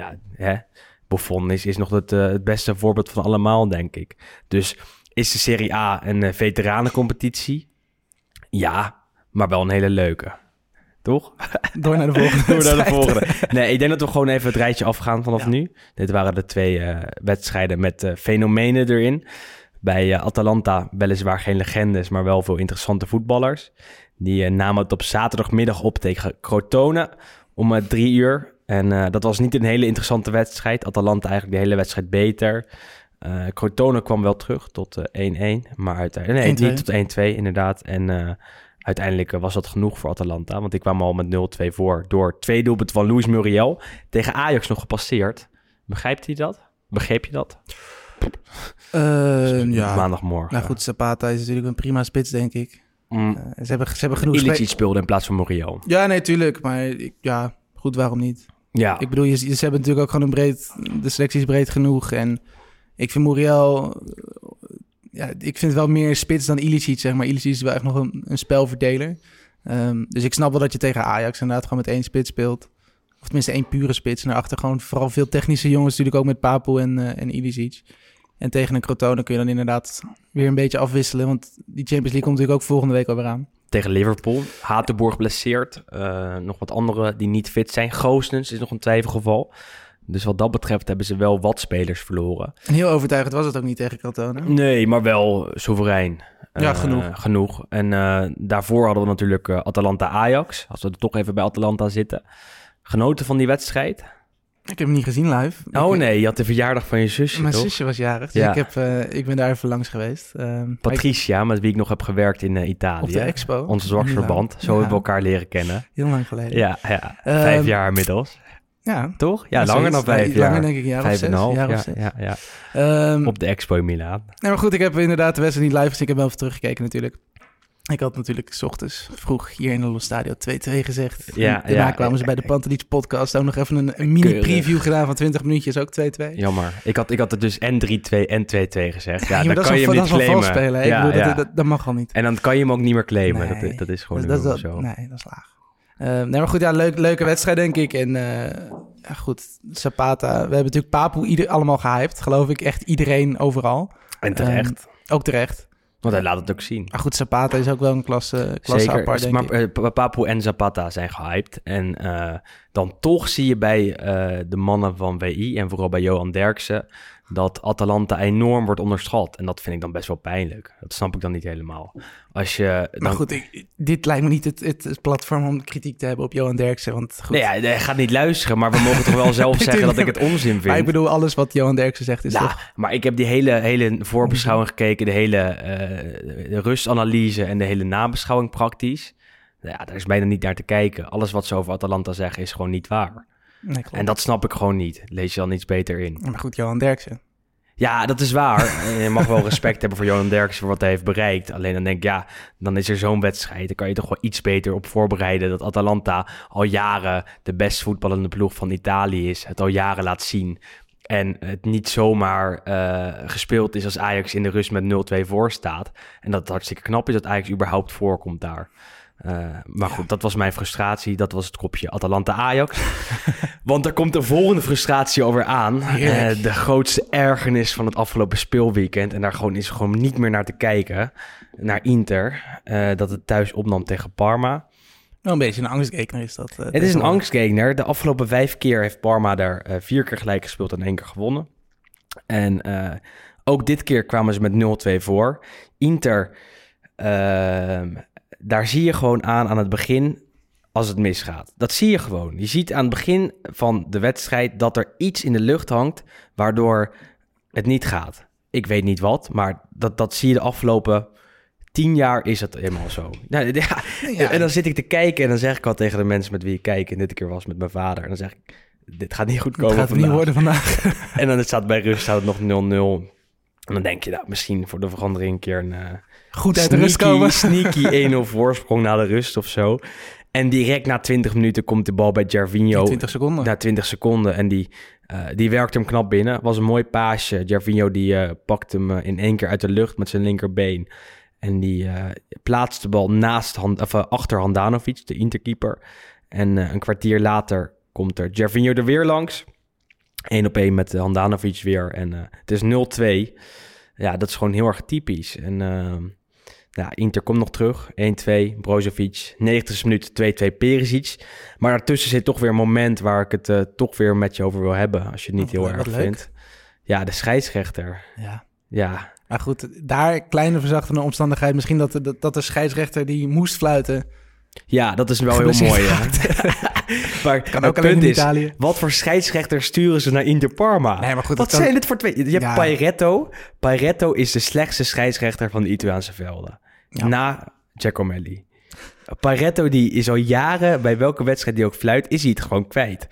D: Buffon is nog het beste voorbeeld van allemaal, denk ik. Dus is de Serie A een veteranencompetitie? Ja, maar wel een hele leuke. Toch?
E: Door naar de volgende.
D: Nee, ik denk dat we gewoon even het rijtje afgaan vanaf nu. Dit waren de 2 wedstrijden met fenomenen erin. Bij Atalanta weliswaar geen legendes, maar wel veel interessante voetballers. Die namen het op zaterdagmiddag op tegen Crotone om 3 uur. En dat was niet een hele interessante wedstrijd. Atalanta eigenlijk de hele wedstrijd beter. Crotone kwam wel terug tot 1-1. Maar uiteindelijk niet tot 1-2 inderdaad. En... uiteindelijk was dat genoeg voor Atalanta, want ik kwam al met 0-2 voor door 2 doelpunten van Luis Muriel tegen Ajax nog gepasseerd. Begreep je dat? Maandagmorgen.
E: Nou goed, Zapata is natuurlijk een prima spits, denk ik. Ze hebben genoeg...
D: Ilicic speelde in plaats van Muriel.
E: Ja, nee, tuurlijk. Maar goed, waarom niet? Ja. Ik bedoel, ze hebben natuurlijk ook gewoon de selectie is breed genoeg. En ik vind Muriel... ik vind wel meer spits dan Ilicic, zeg maar. Ilicic is wel echt nog een spelverdeler. Dus ik snap wel dat je tegen Ajax inderdaad gewoon met 1 spits speelt. Of tenminste 1 pure spits. En daarachter gewoon vooral veel technische jongens, natuurlijk ook met Papu en Ilicic. En tegen een Crotone kun je dan inderdaad weer een beetje afwisselen. Want die Champions League komt natuurlijk ook volgende week alweer aan.
D: Tegen Liverpool. Hatenboer blesseerd. Nog wat anderen die niet fit zijn. Goossens is nog een twijfelgeval. Dus wat dat betreft hebben ze wel wat spelers verloren.
E: En heel overtuigend was het ook niet tegen Crotone.
D: Nee, maar wel soeverein. Genoeg. En daarvoor hadden we natuurlijk Atalanta-Ajax. Als we er toch even bij Atalanta zitten. Genoten van die wedstrijd?
E: Ik heb hem niet gezien live.
D: Nee, je had de verjaardag van je zusje,
E: Mijn
D: toch?
E: zusje was jarig, dus ik ben daar even langs geweest.
D: Patricia, met wie ik nog heb gewerkt in Italië.
E: Op de expo.
D: Ons dwarsverband. Zo hebben we elkaar leren kennen.
E: Heel lang geleden.
D: Ja. 5 jaar inmiddels.
E: Ja.
D: Toch? Ja, langer dan 5 jaar.
E: Langer denk ik, jaar of 6.
D: Ja. Op de expo in Milaan.
E: Nee, maar goed, ik heb inderdaad de wedstrijd niet live gezien. Ik heb wel even teruggekeken natuurlijk. Ik had natuurlijk 's ochtends vroeg hier in het Stadio 2-2 gezegd.
D: Ja,
E: Daarna kwamen ze bij de Pantelic podcast ook nog even een mini-preview gedaan van 20 minuutjes, ook 2-2.
D: Jammer. Ik had het dus en 3-2 en 2-2 gezegd. Ja,
E: maar
D: dan kan je hem niet
E: dat is wel
D: claimen.
E: vals spelen.
D: Ja,
E: Ik bedoel,
D: ja.
E: dat mag al niet.
D: En dan kan je hem ook niet meer claimen.
E: Nee,
D: Dat is gewoon
E: dat
D: zo.
E: Nee, dat is laag. Nee, maar goed, ja, leuke wedstrijd, denk ik. En ja, goed, Zapata. We hebben natuurlijk Papu allemaal gehyped. Geloof ik, echt iedereen overal.
D: En terecht.
E: Ook terecht.
D: Want hij laat het ook zien.
E: Maar goed, Zapata is ook wel een klasse
D: Zeker,
E: apart, denk ik.
D: maar Papu en Zapata zijn gehyped. En dan toch zie je bij de mannen van WI en vooral bij Johan Derksen dat Atalanta enorm wordt onderschat. En dat vind ik dan best wel pijnlijk. Dat snap ik dan niet helemaal.
E: Maar goed, dit lijkt me niet het platform om kritiek te hebben op Johan Derksen. Want goed.
D: Nee, hij gaat niet luisteren, maar we mogen toch wel zelf zeggen dat ik het onzin vind.
E: Maar ik bedoel, alles wat Johan Derksen zegt is toch...
D: Maar ik heb die hele voorbeschouwing gekeken, de hele de rustanalyse en de hele nabeschouwing praktisch. Ja, daar is bijna niet naar te kijken. Alles wat ze over Atalanta zeggen is gewoon niet waar.
E: Nee, klopt.
D: En dat snap ik gewoon niet. Lees je dan iets beter in.
E: Maar goed, Johan Derksen.
D: Ja, dat is waar. Je mag wel respect hebben voor Johan Derksen voor wat hij heeft bereikt. Alleen dan denk ik, ja, dan is er zo'n wedstrijd. Dan kan je toch wel iets beter op voorbereiden. Dat Atalanta al jaren de best voetballende ploeg van Italië is. Het al jaren laat zien. En het niet zomaar gespeeld is als Ajax in de rust met 0-2 voor staat. En dat het hartstikke knap is dat Ajax überhaupt voorkomt daar. Maar goed, dat was mijn frustratie. Dat was het kopje Atalanta-Ajax. Want er komt de volgende frustratie over aan. De grootste ergernis van het afgelopen speelweekend. En daar is gewoon niet meer naar te kijken. Naar Inter. Dat het thuis opnam tegen Parma.
E: Wel een beetje een angstgekner is dat.
D: Het is een angstgekner. De afgelopen 5 keer heeft Parma daar 4 keer gelijk gespeeld en 1 keer gewonnen. En ook dit keer kwamen ze met 0-2 voor. Inter... daar zie je gewoon aan het begin als het misgaat. Dat zie je gewoon. Je ziet aan het begin van de wedstrijd dat er iets in de lucht hangt waardoor het niet gaat. Ik weet niet wat, maar dat zie je de afgelopen 10 jaar is het helemaal zo. Nou, ja. En dan zit ik te kijken en dan zeg ik al tegen de mensen met wie ik kijk, en dit keer was met mijn vader, en dan zeg ik, dit gaat niet goed komen
E: vandaag. Het gaat niet worden vandaag.
D: En dan staat bij rust staat het nog 0-0. En dan denk je, nou, misschien voor de verandering een keer een...
E: goed uit de rust komen.
D: Sneaky 1-0 voorsprong na de rust of zo. En direct na 20 minuten komt de bal bij Gervinho.
E: 20 seconden.
D: Na 20 seconden. En die werkt hem knap binnen. Was een mooi paasje. Gervinho die pakt hem in 1 keer uit de lucht met zijn linkerbeen. En die plaatst de bal achter Handanovic, de Interkeeper. En een kwartier later komt er Gervinho er weer langs. 1-op-1 met Handanovic weer. En het is 0-2. Ja, dat is gewoon heel erg typisch. En Inter komt nog terug. 1-2, Brozovic. 90e minuut, 2-2, Perisic. Maar daartussen zit toch weer een moment waar ik het toch weer met je over wil hebben. Als je het niet heel erg vindt. Ja, de scheidsrechter. Ja.
E: Maar goed, daar kleine verzachtende omstandigheid. Misschien dat de scheidsrechter die moest fluiten.
D: Ja, dat is wel heel mooi. Maar
E: kan
D: het
E: ook
D: punt
E: in
D: is,
E: Italië.
D: wat voor scheidsrechter sturen ze naar Inter Parma?
E: Nee, maar goed,
D: wat zijn dit voor twee? Je hebt Pairetto. Pairetto is de slechtste scheidsrechter van de Italiaanse velden. Ja. Na Giacomelli. Pairetto die is al jaren, bij welke wedstrijd die ook fluit, is hij het gewoon kwijt.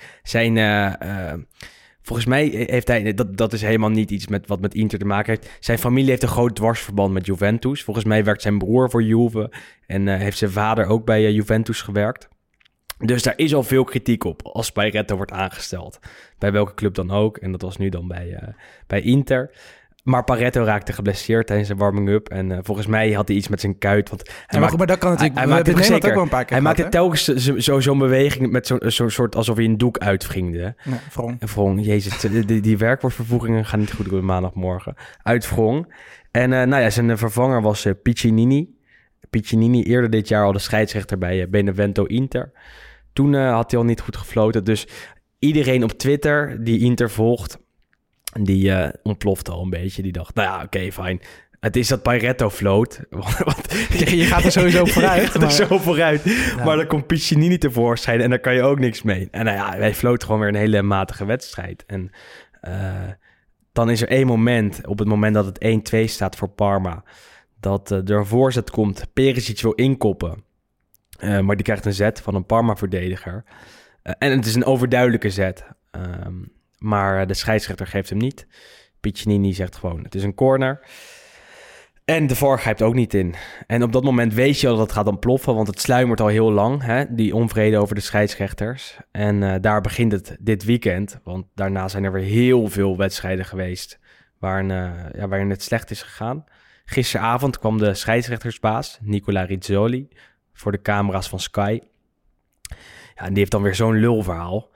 D: Volgens mij heeft hij, dat is helemaal niet iets wat met Inter te maken heeft. Zijn familie heeft een groot dwarsverband met Juventus. Volgens mij werkt zijn broer voor Juve en heeft zijn vader ook bij Juventus gewerkt. Dus daar is al veel kritiek op als Pairetto wordt aangesteld. Bij welke club dan ook. En dat was nu dan bij Inter. Maar Pairetto raakte geblesseerd tijdens zijn warming-up. En volgens mij had hij iets met zijn kuit. Want
E: maar dat kan natuurlijk.
D: Hij maakte
E: ook wel een paar keer.
D: Hij maakte telkens zo'n beweging met zo'n soort alsof hij een doek uitwringde. Wrong. Jezus, die werkwoordvervoegingen gaan niet goed door maandagmorgen. Uitwrong. En zijn vervanger was Piccinini. Piccinini eerder dit jaar al de scheidsrechter bij Benevento Inter. Toen had hij al niet goed gefloten. Dus iedereen op Twitter die Inter volgt, die ontplofte al een beetje. Die dacht, nou ja, oké, fijn. Het is dat Pairetto floot.
E: Je gaat er sowieso
D: vooruit. Ja. Maar dan komt Piccinini tevoorschijn en daar kan je ook niks mee. En hij floot gewoon weer een hele matige wedstrijd. En dan is er één moment, op het moment dat het 1-2 staat voor Parma, dat er een voorzet komt. Perisic wil inkoppen. Maar die krijgt een zet van een Parma-verdediger. En het is een overduidelijke zet. Maar de scheidsrechter geeft hem niet. Piccinini zegt gewoon, het is een corner. En de VAR grijpt ook niet in. En op dat moment weet je al dat het gaat ontploffen, want het sluimert al heel lang, hè, die onvrede over de scheidsrechters. En daar begint het dit weekend, want daarna zijn er weer heel veel wedstrijden geweest waarin het slecht is gegaan. Gisteravond kwam de scheidsrechtersbaas, Nicola Rizzoli, voor de camera's van Sky. Ja, en die heeft dan weer zo'n lulverhaal.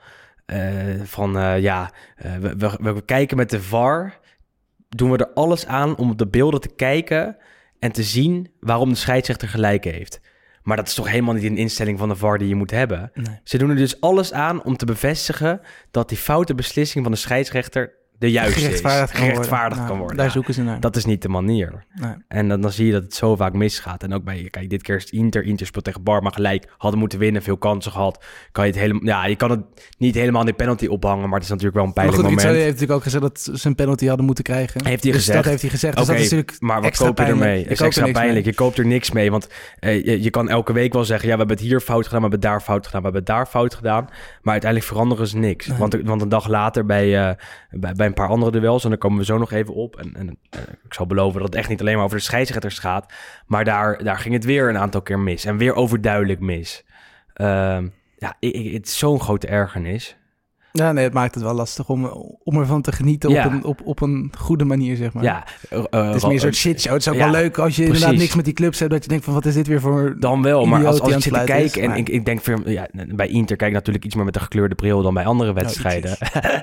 D: We kijken met de VAR, doen we er alles aan om op de beelden te kijken en te zien waarom de scheidsrechter gelijk heeft. Maar dat is toch helemaal niet een instelling van de VAR die je moet hebben. Nee. Ze doen er dus alles aan om te bevestigen dat die foute beslissing van de scheidsrechter de juiste gerechtvaardigd kan worden.
E: Daar zoeken ze naar.
D: Dat is niet de manier. Nee. En dan zie je dat het zo vaak misgaat. En ook kijk, dit keer is het Inter speelt tegen Parma gelijk. Hadden moeten winnen, veel kansen gehad. Je kan het niet helemaal aan die penalty ophangen, maar het is natuurlijk wel een pijnlijk moment.
E: Rizzoli heeft natuurlijk ook gezegd dat ze een penalty hadden moeten krijgen.
D: Heeft hij gezegd?
E: Dat heeft hij gezegd. Dus dat is natuurlijk
D: maar wat koop je ermee? Het is extra pijnlijk. Je koopt er niks mee, want je kan elke week wel zeggen, ja, we hebben het hier fout gedaan, we hebben het daar fout gedaan, we hebben het daar fout gedaan. Maar uiteindelijk veranderen ze niks. Nee. Want een dag later bij een paar andere duels, en daar komen we zo nog even op. En ik zal beloven dat het echt niet alleen maar over de scheidsrechters gaat. Maar daar ging het weer een aantal keer mis. En weer overduidelijk mis. Het is zo'n grote ergernis.
E: Ja, nee, het maakt het wel lastig om ervan te genieten op een goede manier, zeg maar.
D: Ja,
E: het is meer een soort shitshow. Het is ook wel leuk als je inderdaad niks met die clubs hebt, dat je denkt van, wat is dit weer voor...
D: Dan wel, maar als ik zit te kijken en ik denk, bij Inter kijk ik natuurlijk iets meer met een gekleurde bril dan bij andere wedstrijden.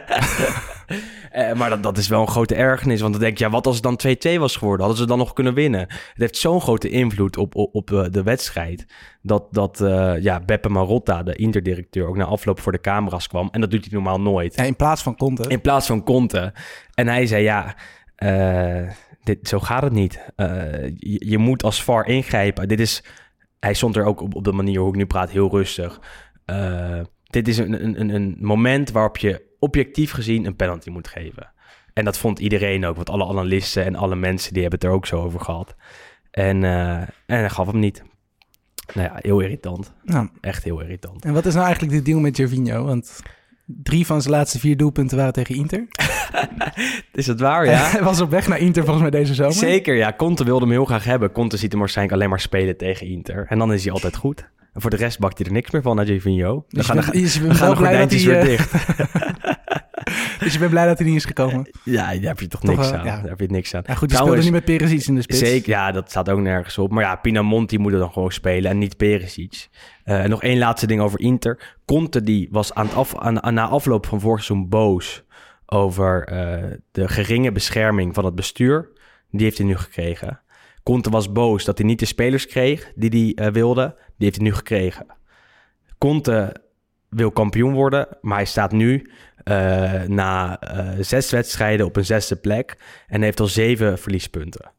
D: Maar dat is wel een grote ergernis, want dan denk je, wat als het dan 2-2 was geworden? Hadden ze dan nog kunnen winnen? Het heeft zo'n grote invloed op de wedstrijd, dat Beppe Marotta, de Inter-directeur, ook na afloop voor de camera's kwam. En dat doet hij normaal nooit.
E: Ja, in plaats van Conte.
D: En hij zei, zo gaat het niet. Je moet als VAR ingrijpen. Hij stond er ook op de manier hoe ik nu praat heel rustig. Dit is een moment waarop je objectief gezien een penalty moet geven. En dat vond iedereen ook, want alle analisten en alle mensen die hebben het er ook zo over gehad. En hij gaf hem niet. Nou ja, heel irritant. Ja. Echt heel irritant.
E: En wat is nou eigenlijk de deal met Gervinho? Want 3 van zijn laatste 4 doelpunten waren tegen Inter.
D: Is dat waar, ja?
E: Hij was op weg naar Inter volgens mij deze zomer.
D: Zeker, ja. Conte wilde hem heel graag hebben. Conte ziet hem waarschijnlijk alleen maar spelen tegen Inter. En dan is hij altijd goed. En voor de rest bakt hij er niks meer van, naar Gervinho. Dan gaan de gordijntjes weer dicht.
E: Dus je bent blij dat hij niet is gekomen?
D: Ja, daar heb je toch niks aan.
E: Ja.
D: Daar heb je niks aan.
E: Ja, goed, die speelde niet met Perisic in de spits.
D: Zeker, ja, dat staat ook nergens op. Maar ja, Pinamonti moet er dan gewoon spelen en niet Perisic. Nog één laatste ding over Inter. Conte die was na afloop van vorig seizoen boos over de geringe bescherming van het bestuur. Die heeft hij nu gekregen. Conte was boos dat hij niet de spelers kreeg die hij wilde. Die heeft hij nu gekregen. Conte wil kampioen worden, maar hij staat nu na 6 wedstrijden op een 6e plek en heeft al 7 verliespunten.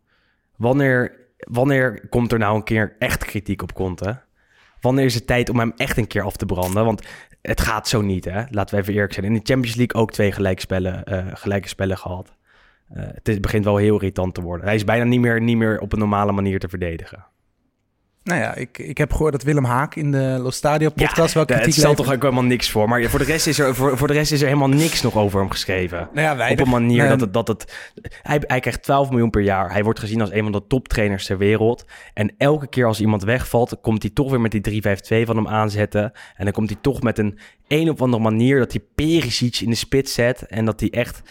D: Wanneer komt er nou een keer echt kritiek op Conte? Wanneer is het tijd om hem echt een keer af te branden? Want het gaat zo niet, hè? Laten we even eerlijk zijn. In de Champions League ook 2 gelijke spellen gehad. Het begint wel heel irritant te worden. Hij is bijna niet meer op een normale manier te verdedigen.
E: Nou ja, ik heb gehoord dat Willem Haak in de Los Stadio podcast wel kritiek
D: het stelt toch ook helemaal niks voor. Maar voor de rest is er helemaal niks nog over hem geschreven.
E: Nou ja,
D: op een manier dat het... Hij krijgt 12 miljoen per jaar. Hij wordt gezien als een van de toptrainers ter wereld. En elke keer als iemand wegvalt, komt hij toch weer met die 3-5-2 van hem aanzetten. En dan komt hij toch met een of andere manier dat hij Perisic in de spits zet. En dat hij echt...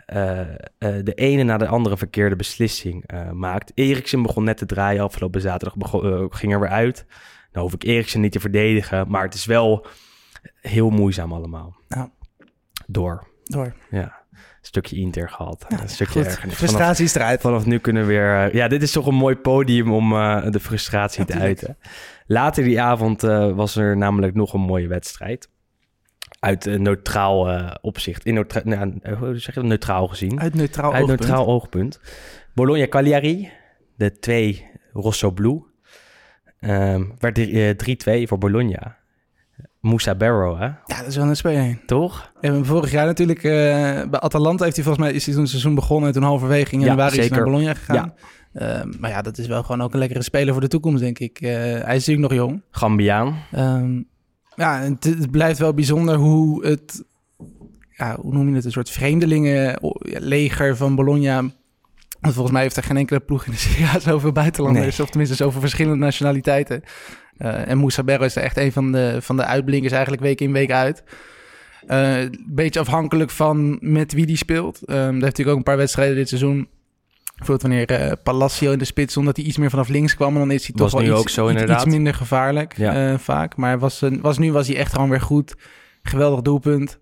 D: de ene na de andere verkeerde beslissing maakt. Eriksen begon net te draaien afgelopen zaterdag, ging er weer uit. Nou hoef ik Eriksen niet te verdedigen, maar het is wel heel moeizaam allemaal.
E: Ja.
D: Door. Ja. Een stukje Inter gehad.
E: Ja,
D: een stukje ergernis.
E: Frustratie is eruit.
D: Vanaf nu kunnen we weer... dit is toch een mooi podium om de frustratie te uiten. Later die avond was er namelijk nog een mooie wedstrijd. Uit neutraal opzicht. Hoe zeg je dat? Neutraal gezien.
E: Uit neutraal
D: oogpunt. Bologna-Cagliari. De 2 Rosso Blu. Werd 3-2 voor Bologna. Moussa Barrow, hè?
E: Ja, dat is wel een speler.
D: Toch?
E: En vorig jaar natuurlijk... bij Atalanta heeft hij volgens mij... is hij toen het seizoen begonnen... en toen halverwege in januari is naar Bologna gegaan. Ja. Maar ja, dat is wel gewoon ook een lekkere speler voor de toekomst, denk ik. Hij is natuurlijk nog jong.
D: Gambiaan.
E: Ja, het blijft wel bijzonder hoe het... Ja, hoe noem je het? Een soort vreemdelingenleger van Bologna... Want volgens mij heeft er geen enkele ploeg in de Serie A zoveel buitenlanders.
D: Nee.
E: Of tenminste zoveel verschillende nationaliteiten. En Moussa Berro is er echt een van de uitblinkers eigenlijk week in, week uit. Een beetje afhankelijk van met wie die speelt. Daar heeft natuurlijk ook een paar wedstrijden dit seizoen. Bijvoorbeeld wanneer Palacio in de spits stond, dat hij iets meer vanaf links kwam. En dan is hij toch
D: Was nu
E: wel
D: ook zo, inderdaad.
E: iets minder gevaarlijk vaak. Maar nu was hij echt gewoon weer goed. Geweldig doelpunt.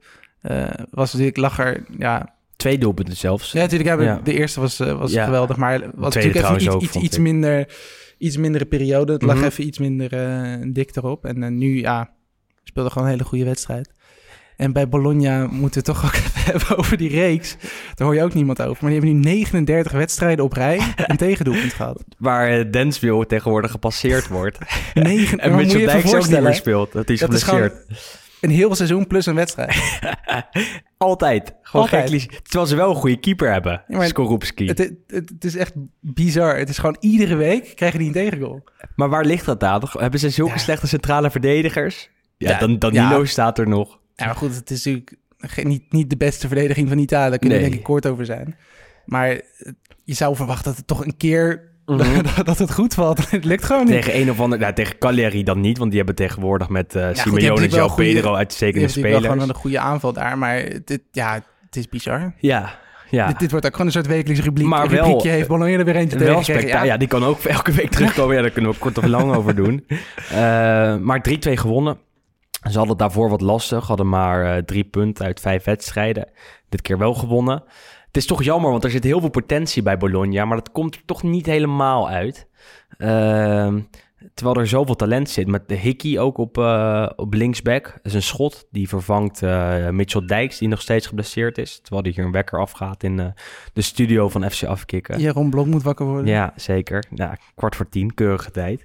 E: Lag er... Ja,
D: 2 doelpunten zelfs.
E: ja, natuurlijk. De eerste was geweldig, maar was natuurlijk even iets mindere periode. Het lag even iets minder dik erop. En nu speelde gewoon een hele goede wedstrijd. En bij Bologna moeten we het toch ook even hebben over die reeks. Daar hoor je ook niemand over. Maar die hebben nu 39 wedstrijden op rij een tegendoelpunt gehad.
D: Waar Denswil tegenwoordig gepasseerd wordt.
E: En
D: Mitchell Dijks ook niet meer speelt. Dat is geblesseerd.
E: Een heel seizoen plus een wedstrijd.
D: Altijd. Gewoon geen cliché. Terwijl ze wel een goede keeper hebben.
E: Ja,
D: Skorupski.
E: Het is echt bizar. Het is gewoon iedere week krijgen die een tegengoal.
D: Maar waar ligt dat aan? Hebben ze zulke slechte centrale verdedigers? Danilo staat er nog.
E: Ja, maar goed, het is natuurlijk niet de beste verdediging van Italië. Daar kunnen we denk ik kort over zijn. Maar je zou verwachten dat het toch een keer... dat het goed valt. Het lukt gewoon niet.
D: Tegen een of ander... tegen Cagliari dan niet, want die hebben tegenwoordig met Simeone en João Pedro uitstekende spelers. Die hebben
E: wel gewoon een goede aanval daar, maar het is bizar.
D: Ja.
E: Dit wordt ook gewoon een soort wekelijks rubriekje. Heeft Bologna er weer eentje tegen gekregen.
D: Ja, die kan ook elke week terugkomen. Ja, daar kunnen we kort of lang over doen. Maar 3-2 gewonnen. Ze hadden daarvoor wat lastig. Hadden maar 3 punten uit 5 wedstrijden. Dit keer wel gewonnen. Het is toch jammer, want er zit heel veel potentie bij Bologna, maar dat komt er toch niet helemaal uit. Terwijl er zoveel talent zit. Met de Hickey ook op linksback. Dat is een schot die vervangt Mitchell Dijks, die nog steeds geblesseerd is. Terwijl hij hier een wekker afgaat in de studio van FC Afkikken.
E: Jeroen Blok moet wakker worden.
D: Ja, zeker. 9:45, keurige tijd.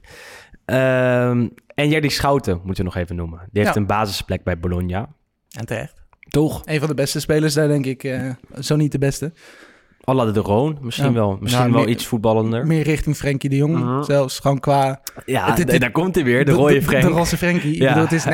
D: En Jerdy Schouten moeten we nog even noemen. Die heeft een basisplek bij Bologna.
E: En terecht.
D: Toch?
E: Een van de beste spelers daar, denk ik. Zo niet de beste.
D: Alla de Roon, misschien wel meer, iets voetballender.
E: Meer richting Frenkie de Jong, zelfs gewoon qua...
D: Ja, daar komt hij weer, de rode Frenk.
E: De rosse Frenkie. Ik bedoel, het is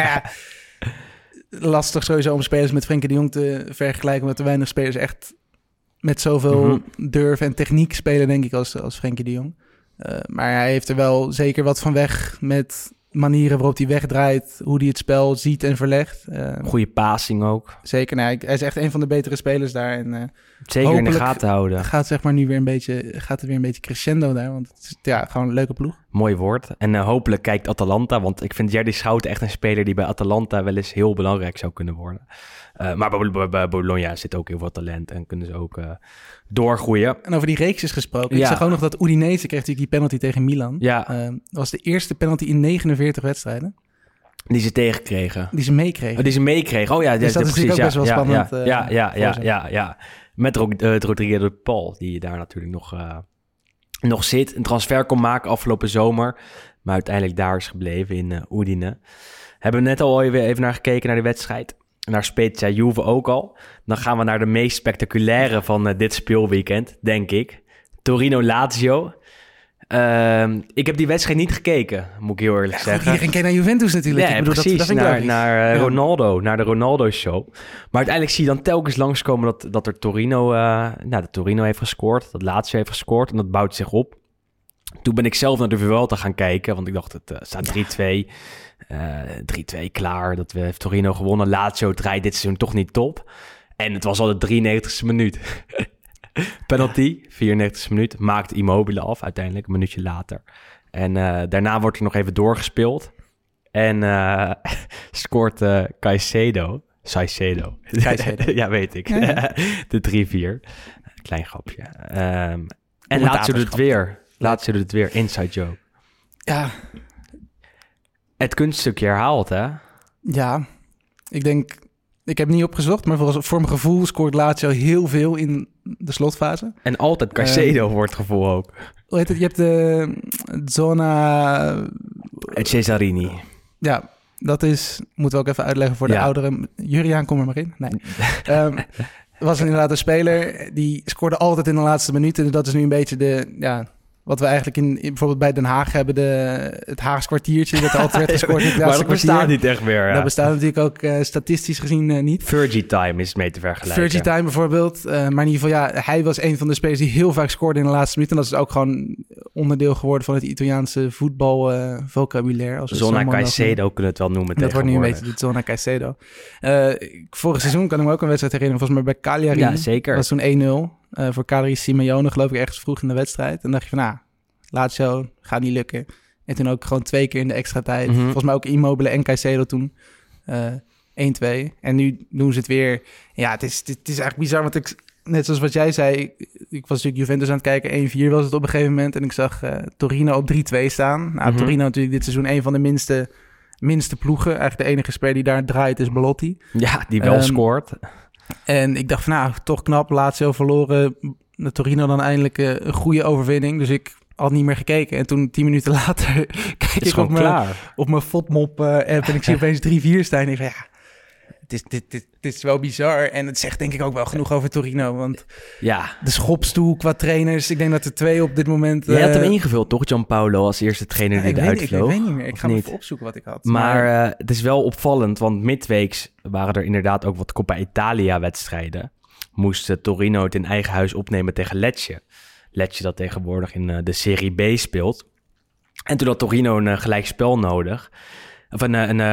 E: lastig sowieso om spelers met Frenkie de Jong te vergelijken, omdat er weinig spelers echt met zoveel durf en techniek spelen, denk ik, als Frenkie de Jong. Maar hij heeft er wel zeker wat van weg met manieren waarop hij wegdraait, hoe hij het spel ziet en verlegt.
D: Goede passing ook.
E: Zeker, hij is echt een van de betere spelers daar. En,
D: zeker in de gaten houden.
E: Gaat het weer een beetje crescendo daar, want het is gewoon een leuke ploeg.
D: Mooi woord. En hopelijk kijkt Atalanta, want ik vind Jerdy Schouten echt een speler die bij Atalanta wel eens heel belangrijk zou kunnen worden. Maar bij Bologna zit ook heel veel talent en kunnen ze ook doorgroeien.
E: En over die reeks is gesproken. Ik zag ook nog dat Udinese kreeg natuurlijk die penalty tegen Milan. Ja. Dat was de eerste penalty in 49 wedstrijden.
D: Die ze tegenkregen.
E: Die ze meekregen.
D: Oh ja,
E: dus dat is natuurlijk ook best wel spannend.
D: Ja. Met Rodrigo de Paul, die daar natuurlijk nog zit. Een transfer kon maken afgelopen zomer. Maar uiteindelijk daar is gebleven in Udine. Hebben we net al even naar gekeken naar de wedstrijd. Naar Spezia Juve ook al. Dan gaan we naar de meest spectaculaire van dit speelweekend, denk ik. Torino-Lazio. Ik heb die wedstrijd niet gekeken, moet ik heel eerlijk zeggen.
E: Iedereen kijkt naar Juventus natuurlijk.
D: Ja, precies. Naar Ronaldo, naar de Ronaldo-show. Maar uiteindelijk zie je dan telkens langskomen dat er Torino heeft gescoord. Dat Lazio heeft gescoord. En dat bouwt zich op. Toen ben ik zelf naar de Vuelta gaan kijken. Want ik dacht, het staat 3-2. 3-2 klaar. Dat heeft Torino gewonnen. Lazio draait dit seizoen toch niet top. En het was al de 93e minuut. Penalty, 94e minuut. Maakt Immobile af uiteindelijk, een minuutje later. En daarna wordt er nog even doorgespeeld. En scoort Caicedo. Ja, weet ik. Ja. De 3-4. Klein grapje. En Lazio doet het weer. Lazio doet het weer. Inside joke.
E: Ja.
D: Het kunststukje herhaalt, hè?
E: Ja. Ik heb niet opgezocht, maar voor mijn gevoel scoort Lazio heel veel in de slotfase.
D: En altijd Caicedo voor het gevoel ook.
E: Hoe heet het? Je hebt de Zona...
D: Cesarini.
E: Ja, dat is... Moeten we ook even uitleggen voor de ouderen. Juriaan, kom er maar in. Nee. Was inderdaad een speler die scoorde altijd in de laatste minuten. En dat is nu een beetje Wat we eigenlijk in bijvoorbeeld bij Den Haag hebben, het Haags kwartiertje, dat er altijd werd gescoord in het
D: Maar
E: laatste
D: dat bestaat
E: kwartier.
D: niet echt meer. Ja.
E: Dat bestaat natuurlijk ook statistisch gezien niet.
D: Fergie time is het mee te vergelijken.
E: Fergie time bijvoorbeeld. Maar in ieder geval, ja, hij was een van de spelers die heel vaak scoorde in de laatste minuut. En dat is ook gewoon onderdeel geworden van het Italiaanse voetbalvocabulaire.
D: Zona Caicedo kunnen we het wel noemen.
E: Dat wordt nu een
D: tegenwoordig.
E: beetje de Zona Caicedo. Vorig seizoen kan ik me ook een wedstrijd herinneren. Volgens mij bij Cagliari.
D: Ja, zeker.
E: Was toen 1-0. Voor Cagliari Simeone geloof ik ergens vroeg in de wedstrijd. En dacht je van, Lazio gaat niet lukken. En toen ook gewoon 2 keer in de extra tijd.
D: Mhm.
E: Volgens mij ook Immobile en Caicedo toen. 1-2. En nu doen ze het weer. Ja, het is eigenlijk bizar. Want net zoals wat jij zei, ik was natuurlijk Juventus aan het kijken. 1-4 was het op een gegeven moment. En ik zag Torino op 3-2 staan. Nou, Torino natuurlijk dit seizoen een van de minste ploegen. Eigenlijk de enige speler die daar draait is Belotti.
D: Ja, die wel scoort.
E: En ik dacht van, toch knap. Lazio verloren. De Torino dan eindelijk een goede overwinning. Dus ik had niet meer gekeken. En toen 10 minuten later kijk ik op mijn FODMOP-app en ik zie opeens 3-4 staan. En ik van, dit is wel bizar. En het zegt denk ik ook wel genoeg over Torino. Want de schopstoel qua trainers. Ik denk dat er 2 op dit moment...
D: Jij had hem ingevuld, toch, Gianpaolo, als eerste trainer die eruit vloog?
E: Ik weet niet meer. Ik ga hem even opzoeken wat ik had.
D: Maar het is wel opvallend, want midweeks waren er inderdaad ook wat Coppa Italia-wedstrijden. Moest Torino het in eigen huis opnemen tegen Lecce. Lecce dat tegenwoordig in de Serie B speelt. En toen had Torino een gelijkspel nodig. Of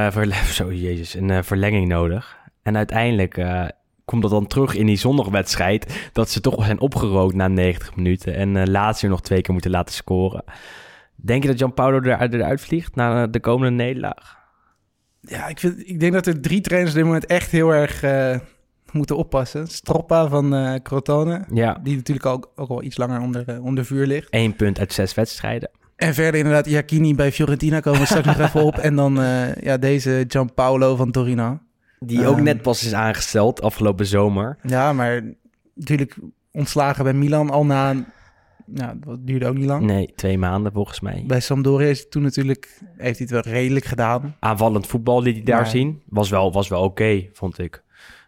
D: een verlenging nodig. En uiteindelijk komt dat dan terug in die zondagwedstrijd. Dat ze toch wel zijn opgerookt na 90 minuten. En Lazio nog 2 keer moeten laten scoren. Denk je dat Gianpaolo eruit vliegt na de komende nederlaag?
E: Ja, ik denk dat er 3 trainers op dit moment echt heel erg moeten oppassen. Stroppa van Crotone. Ja. Die natuurlijk ook al iets langer onder vuur ligt.
D: 1 punt uit 6 wedstrijden.
E: En verder inderdaad Iachini bij Fiorentina komen we straks nog even op. En dan deze Gianpaolo van Torino.
D: Die ook net pas is aangesteld afgelopen zomer.
E: Ja, maar natuurlijk ontslagen bij Milan al na... Nou, dat duurde ook niet lang.
D: Nee, 2 maanden volgens mij.
E: Bij Sampdoria heeft hij het wel redelijk gedaan.
D: Aanvallend voetbal liet hij daar zien. Was wel oké, vond ik.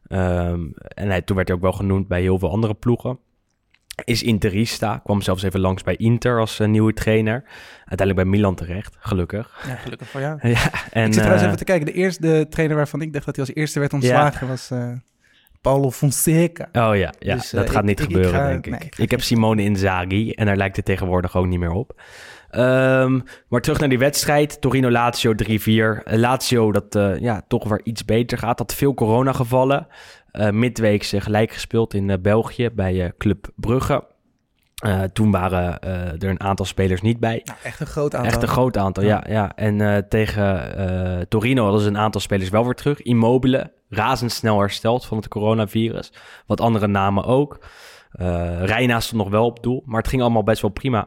D: En toen werd hij ook wel genoemd bij heel veel andere ploegen. Is Interista, kwam zelfs even langs bij Inter als nieuwe trainer. Uiteindelijk bij Milan terecht, gelukkig.
E: Ja, gelukkig voor jou.
D: En,
E: ik zit trouwens even te kijken. De eerste trainer waarvan ik dacht dat hij als eerste werd ontslagen was Paulo Fonseca.
D: Oh ja, dus, dat gaat niet gebeuren, denk ik. Nee, ik heb Simone Inzaghi en daar lijkt het tegenwoordig ook niet meer op. Maar terug naar die wedstrijd. Torino-Lazio 3-4. Lazio dat toch weer iets beter gaat. Had veel coronagevallen. Midweeks gelijk gespeeld in België bij Club Brugge. Toen waren er een aantal spelers niet bij.
E: Nou, echt een groot aantal.
D: Echt een groot aantal, ja. En tegen Torino hadden ze een aantal spelers wel weer terug. Immobile, razendsnel hersteld van het coronavirus. Wat andere namen ook. Reina stond nog wel op doel, maar het ging allemaal best wel prima.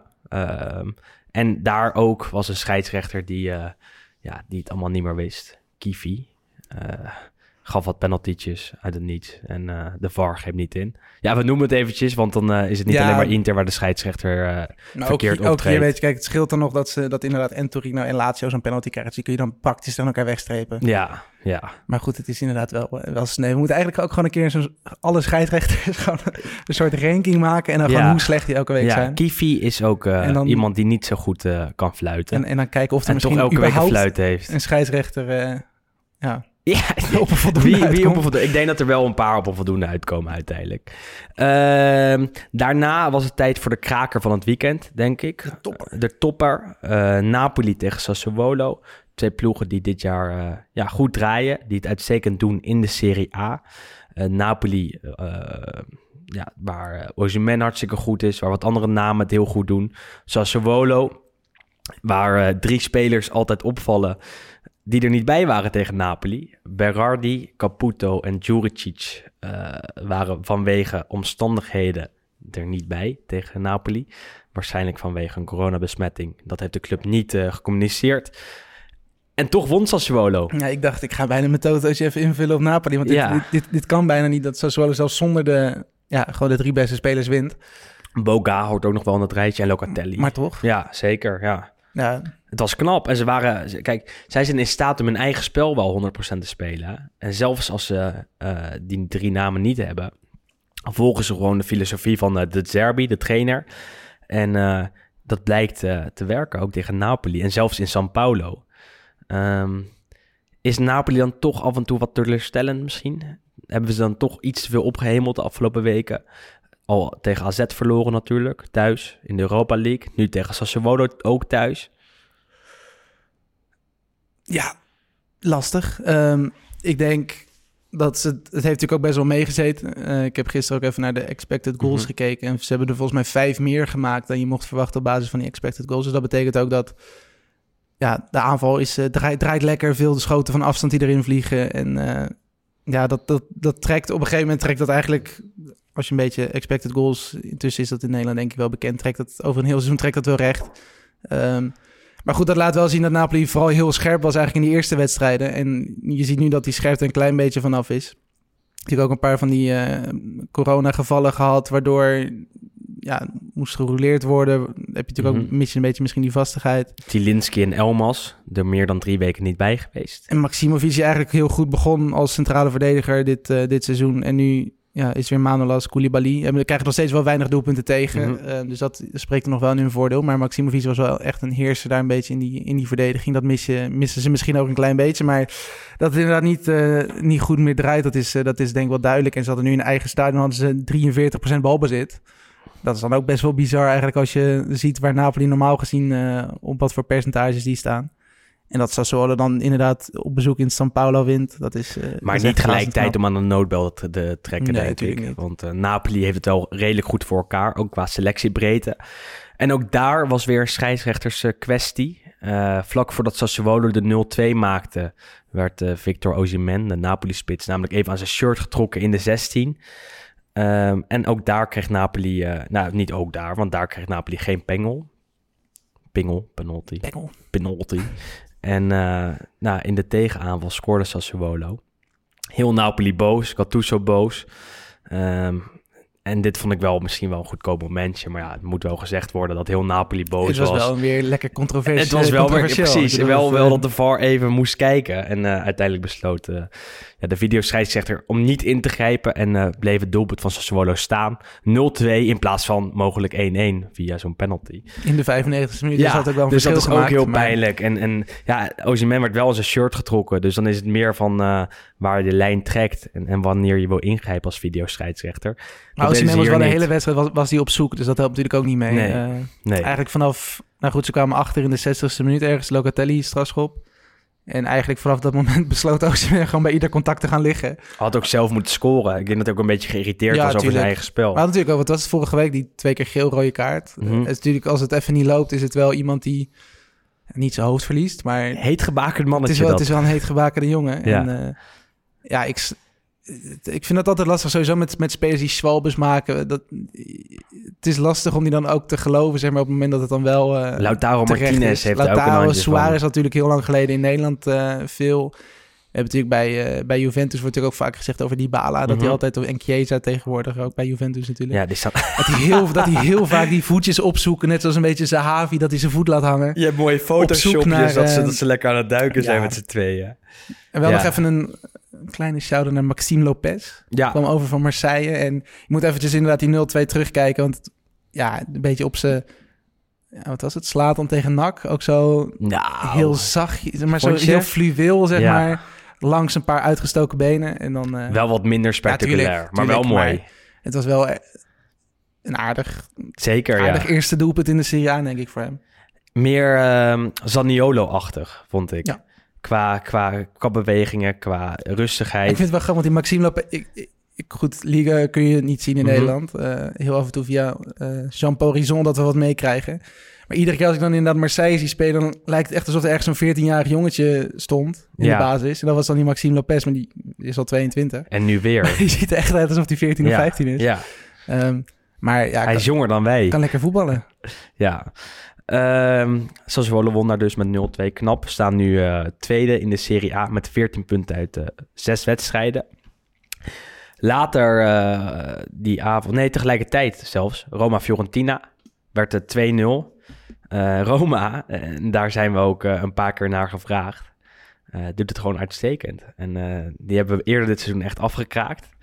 D: En daar ook was een scheidsrechter die het allemaal niet meer wist. Kivi. Gaf wat penaltytjes uit het niets. En de VAR greep niet in. Ja, we noemen het eventjes, want dan is het niet alleen maar Inter waar de scheidsrechter verkeerd optreedt.
E: Ook hier weet je, kijk, het scheelt dan nog dat inderdaad en Torino en Lazio zo'n penalty krijgen. Dus die kun je dan praktisch aan elkaar wegstrepen.
D: Ja.
E: Maar goed, het is inderdaad wel sneu. We moeten eigenlijk ook gewoon een keer alle scheidsrechters gewoon een soort ranking maken. En dan gewoon hoe slecht die elke week zijn.
D: Kivi is ook iemand die niet zo goed kan fluiten.
E: En dan kijken of er misschien
D: toch elke week een fluit heeft.
E: Een scheidsrechter...
D: Ja,
E: op een voldoende
D: wie ik denk dat er wel een paar op een voldoende uitkomen uiteindelijk. Daarna was het tijd voor de kraker van het weekend, denk ik. De topper. Napoli tegen Sassuolo. 2 ploegen die dit jaar goed draaien. Die het uitstekend doen in de Serie A. Napoli, waar Osimhen hartstikke goed is. Waar wat andere namen het heel goed doen. Sassuolo, waar 3 spelers altijd opvallen die er niet bij waren tegen Napoli. Berardi, Caputo en Juricic waren vanwege omstandigheden er niet bij tegen Napoli. Waarschijnlijk vanwege een coronabesmetting. Dat heeft de club niet gecommuniceerd. En toch won Sassuolo.
E: Ja, ik dacht, ik ga bijna mijn totootje even invullen op Napoli. Want dit kan bijna niet dat Sassuolo zelfs zonder gewoon de 3 beste spelers wint.
D: Boga hoort ook nog wel in dat rijtje en Locatelli.
E: Maar toch?
D: Ja, zeker, ja. Het was knap. En zij zijn in staat om hun eigen spel wel 100% te spelen. En zelfs als ze die 3 namen niet hebben, volgen ze gewoon de filosofie van de Zerbi, de trainer. En dat blijkt te werken, ook tegen Napoli. En zelfs in São Paulo. Is Napoli dan toch af en toe wat teleurstellend misschien? Hebben ze dan toch iets te veel opgehemeld de afgelopen weken? Al tegen AZ verloren natuurlijk, thuis in de Europa League. Nu tegen Sassuolo ook thuis.
E: Ja, lastig. Ik denk dat het heeft natuurlijk ook best wel meegezeten. Ik heb gisteren ook even naar de expected goals gekeken. En ze hebben er volgens mij 5 meer gemaakt dan je mocht verwachten op basis van die expected goals. Dus dat betekent ook dat de aanval draait lekker. Veel de schoten van afstand die erin vliegen. En dat trekt op een gegeven moment trekt dat eigenlijk, als je een beetje expected goals, intussen is dat in Nederland denk ik wel bekend, trekt dat over een heel seizoen trekt dat wel recht. Maar goed, dat laat wel zien dat Napoli vooral heel scherp was eigenlijk in die eerste wedstrijden. En je ziet nu dat die scherpte een klein beetje vanaf is. Ik heb ook een paar van die corona-gevallen gehad, waardoor moest gerouleerd worden. Dan heb je natuurlijk ook een beetje misschien die vastigheid.
D: Zielinski en Elmas, er meer dan 3 weken niet bij geweest.
E: En Maximovic is eigenlijk heel goed begonnen als centrale verdediger dit seizoen. En nu is weer Manolas, Koulibaly. En we krijgen nog steeds wel weinig doelpunten tegen. Dus dat spreekt er nog wel in hun voordeel. Maar Maximovic was wel echt een heerser daar een beetje in die verdediging. Dat missen ze misschien ook een klein beetje. Maar dat het inderdaad niet goed meer draait, dat is denk ik wel duidelijk. En ze hadden nu in eigen stadion hadden ze 43% balbezit. Dat is dan ook best wel bizar eigenlijk als je ziet waar Napoli normaal gezien op wat voor percentages die staan. En dat Sassuolo dan inderdaad op bezoek in São Paulo wint. Dat is,
D: maar niet gelijk tijd om aan de noodbel te trekken,
E: nee,
D: denk ik.
E: Niet.
D: Want Napoli heeft het wel redelijk goed voor elkaar, ook qua selectiebreedte. En ook daar was weer scheidsrechters kwestie. Vlak voordat Sassuolo de 0-2 maakte, werd Victor Osimhen, de Napoli-spits, namelijk even aan zijn shirt getrokken in de 16. En ook daar kreeg Napoli... niet ook daar, want daar kreeg Napoli geen penalty. En in de tegenaanval scoorde Sassuolo. Heel Napoli boos, Gattuso boos. En dit vond ik wel misschien wel een goedkoop momentje. Maar het moet wel gezegd worden dat heel Napoli boos was.
E: Het was wel weer lekker controversieel.
D: Het was wel weer, precies. Wel dat de VAR even moest kijken. En uiteindelijk besloot de videoscheidsrechter om niet in te grijpen. En bleef het doelpunt van Sassuolo staan. 0-2 in plaats van mogelijk 1-1 via zo'n penalty.
E: In de 95e minuut is dat ook wel een
D: dus
E: verschil
D: dat is
E: gemaakt,
D: ook heel pijnlijk. En Osimhen werd wel zijn shirt getrokken. Dus dan is het meer van waar je de lijn trekt. En wanneer je wil ingrijpen als videoscheidsrechter.
E: Maar Osimhen was wel de hele wedstrijd was hij op zoek. Dus dat helpt natuurlijk ook niet mee.
D: Nee.
E: Eigenlijk vanaf... Nou goed, ze kwamen achter in de 60e minuut ergens. Locatelli, strafschop. En eigenlijk vanaf dat moment besloot Osimhen gewoon bij ieder contact te gaan liggen.
D: Had ook zelf moeten scoren. Ik denk dat hij ook een beetje geïrriteerd was over zijn eigen spel.
E: Maar natuurlijk ook, wat was het vorige week? Die 2 keer geel-rode kaart. Het is natuurlijk, als het even niet loopt, is het wel iemand die niet zijn hoofd verliest. Maar
D: heet gebakerd mannetje.
E: Het is wel een heet gebakerde jongen.
D: Ja.
E: En ik vind dat altijd lastig, sowieso met spelers die Schwalbes maken. Het is lastig om die dan ook te geloven, zeg maar, op het moment dat het dan wel
D: Lautaro Martinez heeft
E: Lautaro,
D: ook een handje
E: Suarez natuurlijk heel lang geleden in Nederland veel. We hebben natuurlijk bij Juventus wordt natuurlijk ook vaak gezegd over Dybala, dat hij altijd, en Chiesa tegenwoordig ook bij Juventus natuurlijk.
D: Ja, die staat...
E: dat hij heel vaak die voetjes opzoeken, net zoals een beetje Zahavi, dat hij zijn voet laat hangen.
D: Je hebt mooie fotoshopjes dat ze lekker aan het duiken zijn met z'n tweeën.
E: En wel nog even een kleine shout-out naar Maxime Lopez.
D: Ja.
E: Kwam over van Marseille. En je moet eventjes inderdaad die 0-2 terugkijken. Want een beetje op zijn... wat was het? Slaat dan tegen NAC. Ook zo heel zacht. Maar zo heel fluweel, zeg maar. Langs een paar uitgestoken benen. En dan,
D: wel wat minder spectaculair, maar wel mooi. Maar
E: het was wel een aardig eerste doelpunt in de Serie A, denk ik, voor hem.
D: Meer Zaniolo-achtig, vond ik.
E: Ja.
D: Qua bewegingen, qua rustigheid.
E: Ik vind het wel grappig, want die Maxime Lopez... Goed, Liga kun je niet zien in Nederland. Heel af en toe via Jean-Paul Rizon dat we wat meekrijgen. Maar iedere keer als ik dan inderdaad Marseille zie spelen... dan lijkt het echt alsof er ergens zo'n 14-jarig jongetje stond in de basis. En dat was dan die Maxime Lopez, maar die is al 22.
D: En nu weer.
E: Die ziet er echt uit alsof hij 14 of 15 is.
D: Ja.
E: Maar
D: hij is jonger dan wij.
E: Kan lekker voetballen.
D: Ja. Sassuolo won daar dus met 0-2 knap. Staan nu tweede in de Serie A met 14 punten uit 6 wedstrijden. Later die avond, tegelijkertijd zelfs, Roma-Fiorentina werd het 2-0. Roma, en daar zijn we ook een paar keer naar gevraagd, doet het gewoon uitstekend. En die hebben we eerder dit seizoen echt afgekraakt.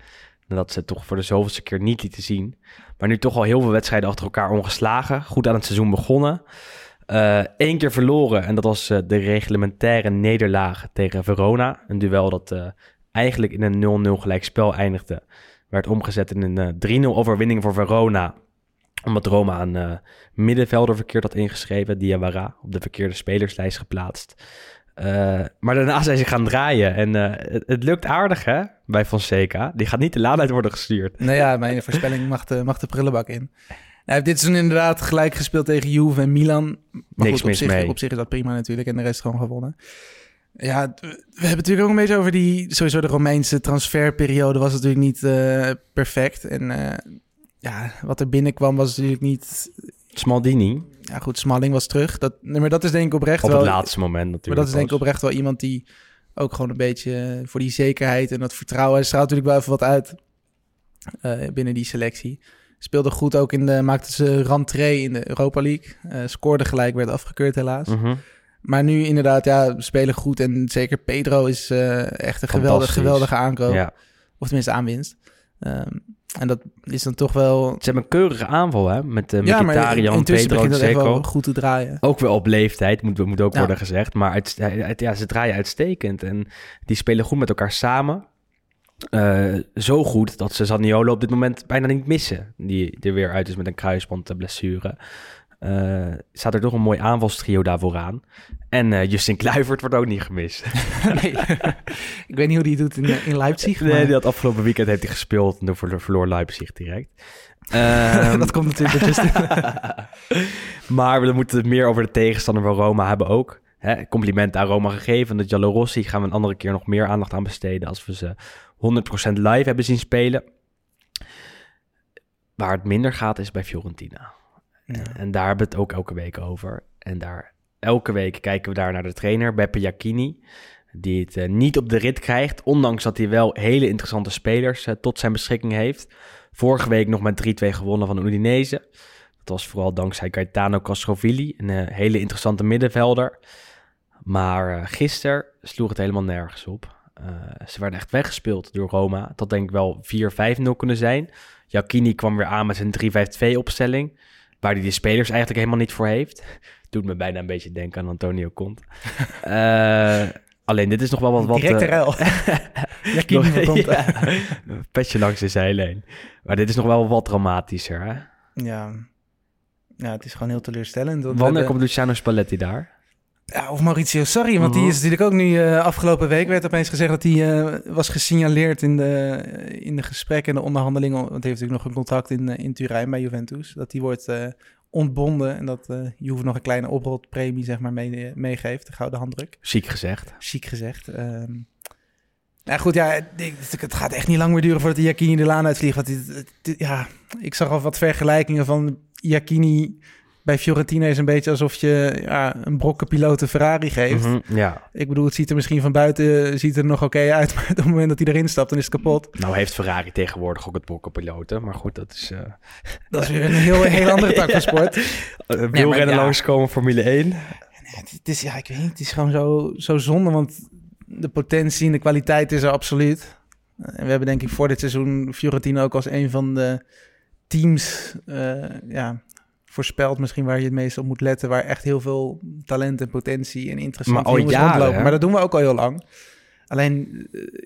D: Nadat ze het toch voor de zoveelste keer niet lieten zien. Maar nu toch al heel veel wedstrijden achter elkaar ongeslagen. Goed aan het seizoen begonnen. 1 keer verloren. En dat was de reglementaire nederlaag tegen Verona. Een duel dat eigenlijk in een 0-0 gelijkspel eindigde. Werd omgezet in een 3-0 overwinning voor Verona. Omdat Roma een middenvelder verkeerd had ingeschreven. Diawara, op de verkeerde spelerslijst geplaatst. Maar daarna zijn ze gaan draaien. En het lukt aardig, hè, bij Fonseca. Die gaat niet de laan uit worden gestuurd.
E: Nou ja, mijn voorspelling mag de prullenbak in. Hij heeft dit seizoen inderdaad gelijk gespeeld tegen Juve en Milan. Maar
D: Niks mis mee.
E: Op zich is dat prima natuurlijk. En de rest gewoon gewonnen. Ja, we hebben natuurlijk ook een beetje over sowieso de Romeinse transferperiode was natuurlijk niet perfect. En wat er binnenkwam was natuurlijk niet...
D: Smaldini.
E: Ja goed, Smalling was terug. Maar dat is denk ik oprecht
D: op
E: wel...
D: het laatste moment natuurlijk.
E: Maar dat is denk ik oprecht wel iemand die ook gewoon een beetje voor die zekerheid en dat vertrouwen... Hij straalt natuurlijk wel even wat uit binnen die selectie. Speelde goed ook maakte ze rentree in de Europa League. Scoorde gelijk, werd afgekeurd helaas.
D: Mm-hmm.
E: Maar nu inderdaad, spelen goed. En zeker Pedro is echt een geweldige aankoop.
D: Ja.
E: Of tenminste aanwinst. En dat is dan toch wel...
D: Ze hebben een keurige aanval, hè? Met Mkhitaryan, Pedro en Dzeko.
E: Goed te draaien.
D: Ook wel op leeftijd, moet ook worden gezegd. Maar ze draaien uitstekend. En die spelen goed met elkaar samen. Zo goed dat ze Zaniolo op dit moment bijna niet missen. Die er weer uit is met een kruisbandblessure. Staat er toch een mooi aanvalstrio daarvoor aan. En Justin Kluivert wordt ook niet gemist.
E: Nee. Ik weet niet hoe die het doet in Leipzig.
D: Nee, dat afgelopen weekend heeft hij gespeeld. En toen verloor Leipzig direct.
E: Dat komt natuurlijk door Justin.
D: Maar we moeten het meer over de tegenstander van Roma hebben ook. Compliment aan Roma gegeven. Dat Giallorossi gaan we een andere keer nog meer aandacht aan besteden... als we ze 100% live hebben zien spelen. Waar het minder gaat is bij Fiorentina. Ja. En daar hebben we het ook elke week over. En elke week kijken we daar naar de trainer, Beppe Jacchini... die het niet op de rit krijgt... ondanks dat hij wel hele interessante spelers tot zijn beschikking heeft. Vorige week nog met 3-2 gewonnen van Udinese. Dat was vooral dankzij Gaetano Castrovilli, een hele interessante middenvelder... Maar gisteren sloeg het helemaal nergens op. Ze werden echt weggespeeld door Roma. Dat denk ik wel 4-5-0 kunnen zijn. Jacchini kwam weer aan met zijn 3-5-2 opstelling. Waar hij de spelers eigenlijk helemaal niet voor heeft. Doet me bijna een beetje denken aan Antonio Conte. Alleen dit is nog wel wat...
E: Direct ruil. Jacchini van Conte.
D: Petje langs de zijlijn. Maar dit is nog wel wat dramatischer, hè?
E: Ja, het is gewoon heel teleurstellend.
D: Wanneer komt Luciano Spalletti daar?
E: Ja, of Maurizio Sarri, want die is natuurlijk ook nu afgelopen week... werd opeens gezegd dat hij was gesignaleerd in de gesprekken en de onderhandelingen... want hij heeft natuurlijk nog een contract in Turijn bij Juventus... dat die wordt ontbonden en dat Juve nog een kleine oprotpremie zeg maar meegeeft, de gouden handdruk.
D: Chic gezegd.
E: Nou goed, het gaat echt niet lang meer duren voordat die Jacchini de laan uitvliegt. Want ik zag al wat vergelijkingen van Jacchini... Bij Fiorentina is een beetje alsof je een brokkenpiloot een Ferrari geeft.
D: Mm-hmm, ja.
E: Ik bedoel, het ziet er misschien van buiten er nog oké uit... maar op het moment dat hij erin stapt, dan is het kapot.
D: Nou heeft Ferrari tegenwoordig ook het brokkenpiloten, maar goed, dat is...
E: Dat is weer een heel andere tak van sport.
D: Wielrennen langskomen, Formule 1.
E: Het is, ik weet niet, het is gewoon zo zonde, want de potentie en de kwaliteit is er absoluut. En we hebben denk ik voor dit seizoen Fiorentina ook als een van de teams... voorspeld misschien waar je het meest op moet letten... waar echt heel veel talent en potentie en interessante jongens rondlopen. Maar dat doen we ook al heel lang. Alleen,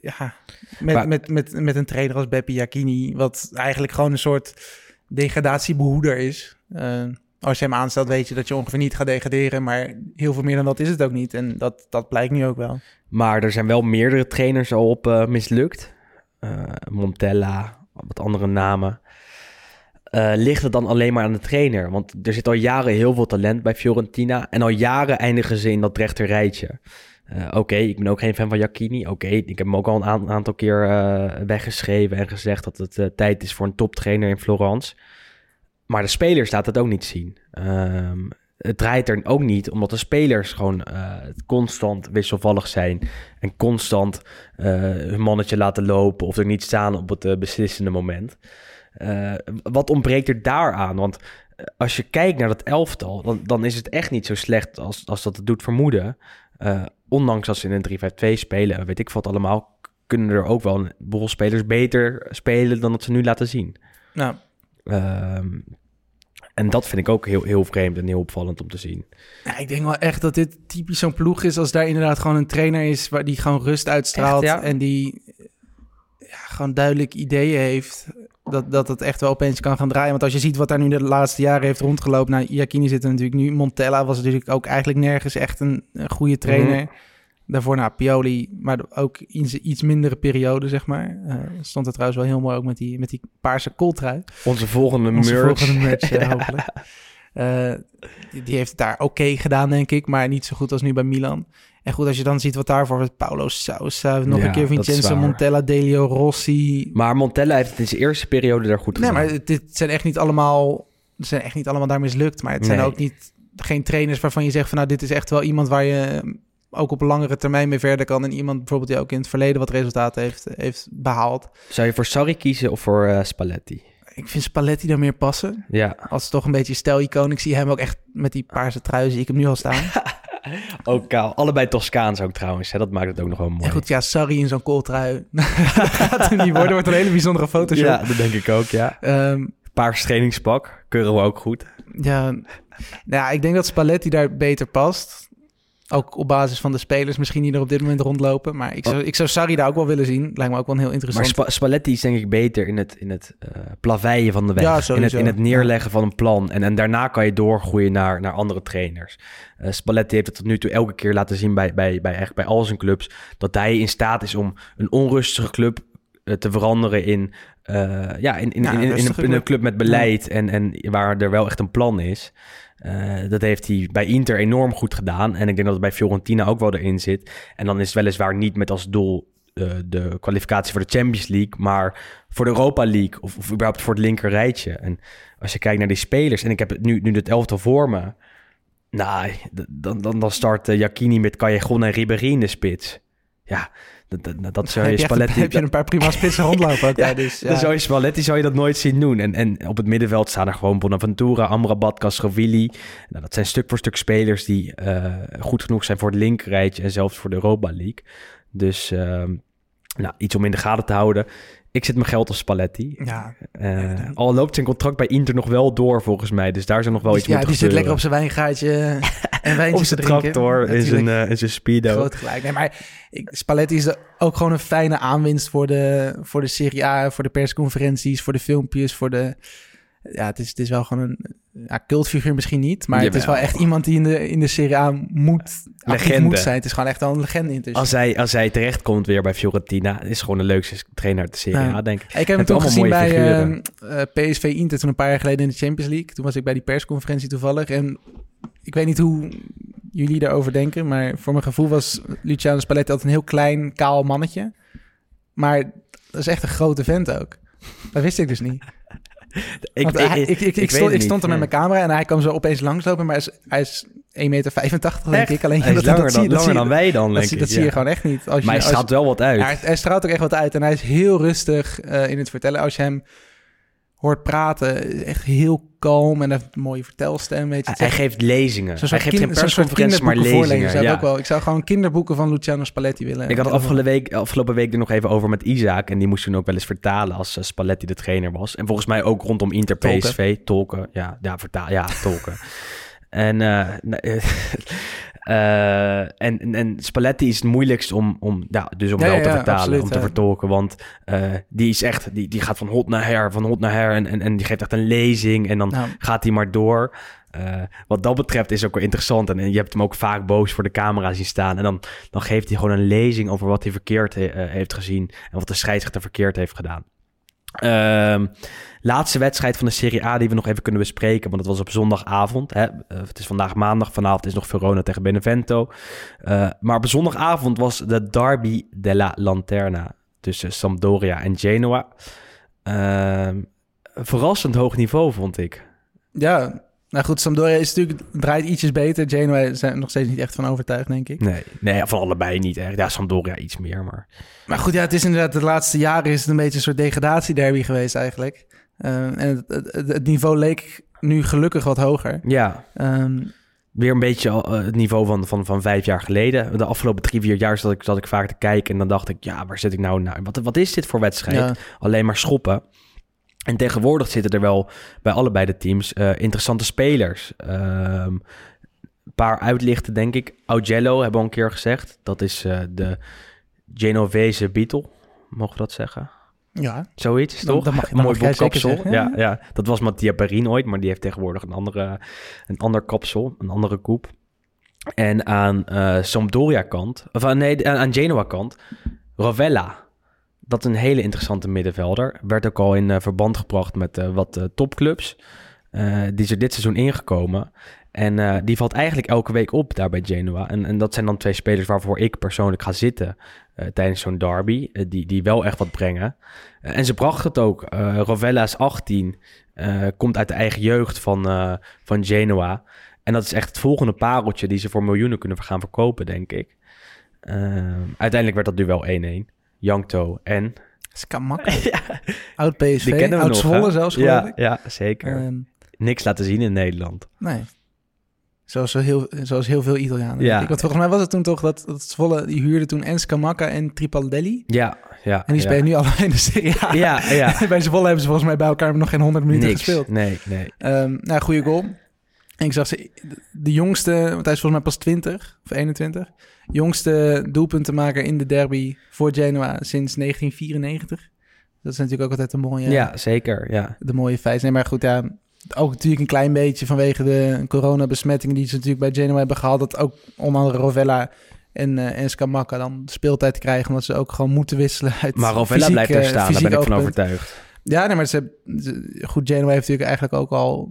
E: met een trainer als Beppe Jacchini... wat eigenlijk gewoon een soort degradatiebehoeder is. Als je hem aanstelt, weet je dat je ongeveer niet gaat degraderen... maar heel veel meer dan dat is het ook niet. En dat blijkt nu ook wel. Maar
D: er zijn wel meerdere trainers al op mislukt. Montella, wat andere namen... ligt het dan alleen maar aan de trainer? Want er zit al jaren heel veel talent bij Fiorentina... en al jaren eindigen ze in dat rechter rijtje. Ik ben ook geen fan van Jacchini. Ik heb hem ook al een aantal keer weggeschreven... en gezegd dat het tijd is voor een toptrainer in Florence. Maar de spelers laten het ook niet zien. Het draait er ook niet, omdat de spelers gewoon constant wisselvallig zijn... en constant hun mannetje laten lopen... of er niet staan op het beslissende moment... wat ontbreekt er daaraan? Want als je kijkt naar dat elftal... dan is het echt niet zo slecht als dat het doet vermoeden. Ondanks als ze in een 3-5-2 spelen... weet ik wat allemaal... kunnen er ook wel een boel spelers beter spelen dan dat ze nu laten zien.
E: Nou,
D: En dat vind ik ook heel, heel vreemd en heel opvallend om te zien.
E: ja, ik denk wel echt dat dit typisch zo'n ploeg is als daar inderdaad gewoon een trainer is waar die gewoon rust uitstraalt
D: Echt, ja?
E: en die gewoon duidelijk ideeën heeft dat het echt wel opeens kan gaan draaien. Want als je ziet wat daar nu de laatste jaren heeft rondgelopen, nou, Iachini zit er natuurlijk nu, Montella was natuurlijk ook eigenlijk nergens echt een goede trainer. Daarvoor Pioli, maar ook in zijn iets mindere periode, zeg maar. Stond er trouwens wel heel mooi ook met die paarse kooltrui.
D: Onze volgende merch.
E: Hopelijk. Die heeft het daar oké gedaan, denk ik, maar niet zo goed als nu bij Milan. En goed, als je dan ziet wat daarvoor wordt, Paulo Sousa, nog een keer Vincenzo Montella, Delio Rossi.
D: Maar Montella heeft het in zijn eerste periode daar goed gedaan.
E: Nee, maar dit zijn echt niet allemaal daar mislukt. Maar het zijn ook geen trainers waarvan je zegt van nou, dit is echt wel iemand waar je ook op een langere termijn mee verder kan. En iemand bijvoorbeeld die ook in het verleden wat resultaten heeft behaald.
D: Zou je voor Sarri kiezen of voor Spalletti?
E: Ik vind Spalletti daar meer passen.
D: Ja.
E: Als toch een beetje stijl-icoon. Ik zie hem ook echt met die paarse trui, zie ik hem nu al staan.
D: Ook kaal. Allebei Toscaans ook trouwens. Hè? Dat maakt het ook nog wel mooi.
E: En goed, ja, Sarri in zo'n kooltrui. Dat gaat er niet worden. Wordt een hele bijzondere Photoshop.
D: Ja, dat denk ik ook, ja. Paars trainingspak. Keuren we ook goed.
E: Ja, ik denk dat Spalletti daar beter past. Ook op basis van de spelers misschien die er op dit moment rondlopen. Maar ik zou Sarri daar ook wel willen zien. Lijkt me ook wel heel interessant.
D: Maar Spalletti is denk ik beter in het plaveien van de weg.
E: Ja,
D: in het neerleggen van een plan. En daarna kan je doorgroeien naar andere trainers. Spalletti heeft het tot nu toe elke keer laten zien bij al zijn clubs. Dat hij in staat is om een onrustige club te veranderen in een club met beleid. En waar er wel echt een plan is. Dat heeft hij bij Inter enorm goed gedaan. En ik denk dat het bij Fiorentina ook wel erin zit. En dan is het weliswaar niet met als doel de kwalificatie voor de Champions League, maar voor de Europa League of überhaupt voor het linker rijtje. En als je kijkt naar die spelers, en ik heb nu het elftal voor me. Nou, dan start Iachini met Callejon en Ribéry in de spits. Ja, dat zou je Spalletti...
E: Heb je een paar prima spitsen rondlopen ook.
D: Ja,
E: dus,
D: dan zou je Spalletti zou je dat nooit zien doen. En op het middenveld staan er gewoon Bonaventura, Amrabat, Castrovilli. Nou, dat zijn stuk voor stuk spelers die goed genoeg zijn voor het linkerrijtje en zelfs voor de Europa League. Dus iets om in de gaten te houden. Ik zet mijn geld op Spalletti.
E: Ja.
D: Al loopt zijn contract bij Inter nog wel door volgens mij. Dus daar zou nog wel iets moeten gebeuren.
E: Ja, die zit lekker op zijn wijngaatje en wijntjes te drinken.
D: Op zijn tractor, in zijn speedo.
E: Groot gelijk. Nee, maar Spalletti is ook gewoon een fijne aanwinst voor de Serie A, voor de persconferenties, voor de filmpjes, voor de... Ja, het is wel gewoon een cultfiguur misschien niet, maar het is wel echt iemand die in de Serie A moet zijn. Het is gewoon echt al een legende intussen.
D: Als hij terechtkomt weer bij Fiorentina, is gewoon de leukste trainer uit de Serie A, denk ik.
E: Ik heb hem toen gezien bij PSV Inter toen een paar jaar geleden in de Champions League. Toen was ik bij die persconferentie toevallig en ik weet niet hoe jullie daarover denken, maar voor mijn gevoel was Luciano Spalletti altijd een heel klein, kaal mannetje. Maar dat is echt een grote vent ook. Dat wist ik dus niet. Ik stond er met mijn camera en hij kwam zo opeens langslopen, maar hij is 1,85 meter, denk ik. Alleen
D: hij is langer dan wij dan, denk ik.
E: Dat zie je gewoon echt niet.
D: Maar hij straalt wel wat uit.
E: Hij straalt ook echt wat uit en hij is heel rustig in het vertellen. Als je hem hoort praten, echt heel kalm en heeft een mooie vertelstem. Weet je.
D: Hij geeft lezingen. Hij geeft geen persconferenties, maar lezingen.
E: Ja. Ik zou gewoon kinderboeken van Luciano Spalletti willen.
D: Ik had afgelopen week er nog even over met Isaac. En die moest toen ook wel eens vertalen als Spalletti de trainer was. En volgens mij ook rondom Inter PSV. Tolken. Tolken. En Spalletti is het moeilijkst om te vertalen, absoluut, om te vertolken. Want die is echt, die gaat van hot naar her, en die geeft echt een lezing en dan gaat hij maar door. Wat dat betreft is ook wel interessant. En je hebt hem ook vaak boos voor de camera zien staan. En dan geeft hij gewoon een lezing over wat hij verkeerd heeft gezien en wat de scheidsrechter verkeerd heeft gedaan. Laatste wedstrijd van de Serie A die we nog even kunnen bespreken, want het was op zondagavond. Hè? Het is vandaag maandag, vanavond is nog Verona tegen Benevento. Maar op zondagavond was de Derby della Lanterna tussen Sampdoria en Genoa. Verrassend hoog niveau, vond ik.
E: Ja, nou goed, Sampdoria draait ietsjes beter. Genoa zijn nog steeds niet echt van overtuigd, denk ik.
D: Nee, van allebei niet echt. Ja, Sampdoria iets meer, maar...
E: Maar goed, ja, het is inderdaad de laatste jaren is het een beetje een soort degradatiederby geweest eigenlijk. En het niveau leek nu gelukkig wat hoger.
D: Ja. weer een beetje het niveau van 5 jaar geleden. De afgelopen 3-4 jaar zat ik vaak te kijken en dan dacht ik, ja, waar zit ik nou naar? Wat is dit voor wedstrijd?
E: Ja.
D: Alleen maar schoppen. En tegenwoordig zitten er wel bij allebei de teams interessante spelers. Een paar uitlichten, denk ik. Augello hebben we al een keer gezegd. Dat is de Genovese Beatle, mogen we dat zeggen?
E: Ja.
D: Zoiets, toch?
E: Dat mag,
D: een mooi
E: jij zeker
D: kapsel.
E: zeggen.
D: Ja. Dat was Mattia Perin ooit, maar die heeft tegenwoordig een ander kapsel, een andere koep. En aan Sampdoria kant, aan Genoa kant, Rovella. Dat is een hele interessante middenvelder. Werd ook al in verband gebracht met wat topclubs. Die is er dit seizoen ingekomen. En die valt eigenlijk elke week op daar bij Genoa. En dat zijn dan 2 spelers waarvoor ik persoonlijk ga zitten tijdens zo'n derby. Die wel echt wat brengen. En ze bracht het ook. Rovella is 18. Komt uit de eigen jeugd van Genoa. En dat is echt het volgende pareltje die ze voor miljoenen kunnen gaan verkopen, denk ik. Uiteindelijk werd dat duel 1-1. Jankto en...
E: Scamacca.
D: ja,
E: Oud PSV,
D: die kennen we
E: oud
D: nog,
E: Zwolle
D: hè?
E: zelfs, geloof ik.
D: Ja, zeker. Niks laten zien in Nederland.
E: Nee. Zoals heel veel Italianen.
D: Ja.
E: Denk ik. Want volgens mij was het toen toch dat Zwolle, die huurde toen en Scamacca en Tripaldelli.
D: Ja.
E: En die spelen nu allebei in de Serie A.
D: Ja.
E: Bij Zwolle hebben ze volgens mij bij elkaar nog geen 100 minuten
D: Niks.
E: gespeeld.
D: Nee.
E: Goede goal. En ik zag ze, de jongste, want hij is volgens mij pas 20 of 21. Jongste doelpuntenmaker in de derby voor Genoa sinds 1994. Dat is natuurlijk ook altijd een mooie...
D: Ja, zeker, ja.
E: De mooie feit. Nee, maar goed, ja... Ook natuurlijk een klein beetje vanwege de coronabesmettingen die ze natuurlijk bij Genoa hebben gehad. Dat ook onder andere Rovella en Scamacca dan speeltijd krijgen. Omdat ze ook gewoon moeten wisselen uit
D: Maar Rovella blijft er staan, daar ben ik van overtuigd.
E: Ja, nee, maar goed, Genoa heeft natuurlijk eigenlijk ook al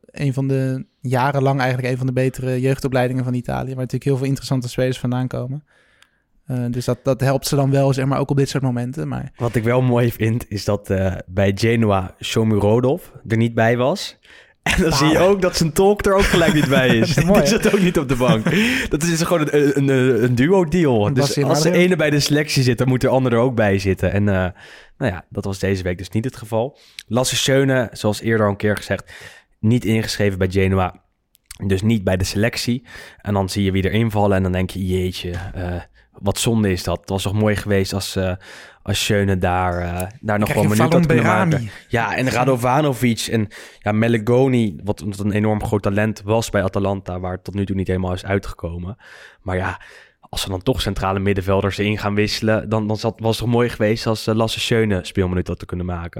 E: jarenlang een van de betere jeugdopleidingen van Italië. Waar natuurlijk heel veel interessante spelers vandaan komen. Dus dat helpt ze dan wel, zeg maar, ook op dit soort momenten. Maar...
D: Wat ik wel mooi vind, is dat bij Genoa Shomurodov er niet bij was. En dan zie je ook dat zijn tolk er ook gelijk niet bij is. Die zit ook niet op de bank. Dat is gewoon een duo-deal. Dus als de ene bij de selectie zit, dan moet de ander er ook bij zitten. En dat was deze week dus niet het geval. Lasse Schöne, zoals eerder al een keer gezegd, niet ingeschreven bij Genoa. Dus niet bij de selectie. En dan zie je wie er invallen en dan denk je, jeetje... wat zonde is dat. Het was toch mooi geweest als Schöne daar nog wel een minuut had kunnen maken. Ja, en Radovanovic en Melegoni, wat een enorm groot talent was bij Atalanta, waar het tot nu toe niet helemaal is uitgekomen. Maar ja, als ze dan toch centrale middenvelders in gaan wisselen, dan was het toch mooi geweest als Lasse Schöne speelminuut had te kunnen maken.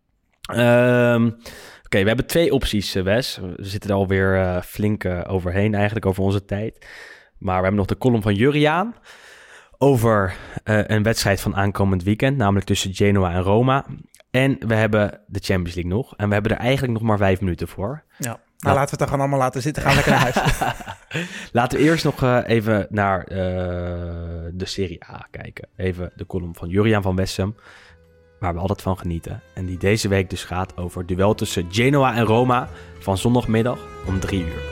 D: Oké, we hebben 2 opties, Wes. We zitten er alweer flink overheen eigenlijk, over onze tijd. Maar we hebben nog de column van Juriaan over een wedstrijd van aankomend weekend, namelijk tussen Genoa en Roma. En we hebben de Champions League nog. En we hebben er eigenlijk nog maar 5 minuten voor.
E: Ja, laten we het dan gewoon allemaal laten zitten. Gaan we lekker naar huis.
D: Laten we eerst nog even naar de Serie A kijken. Even de column van Juriaan van Wessem, waar we altijd van genieten. En die deze week dus gaat over het duel tussen Genoa en Roma van zondagmiddag om 3 uur.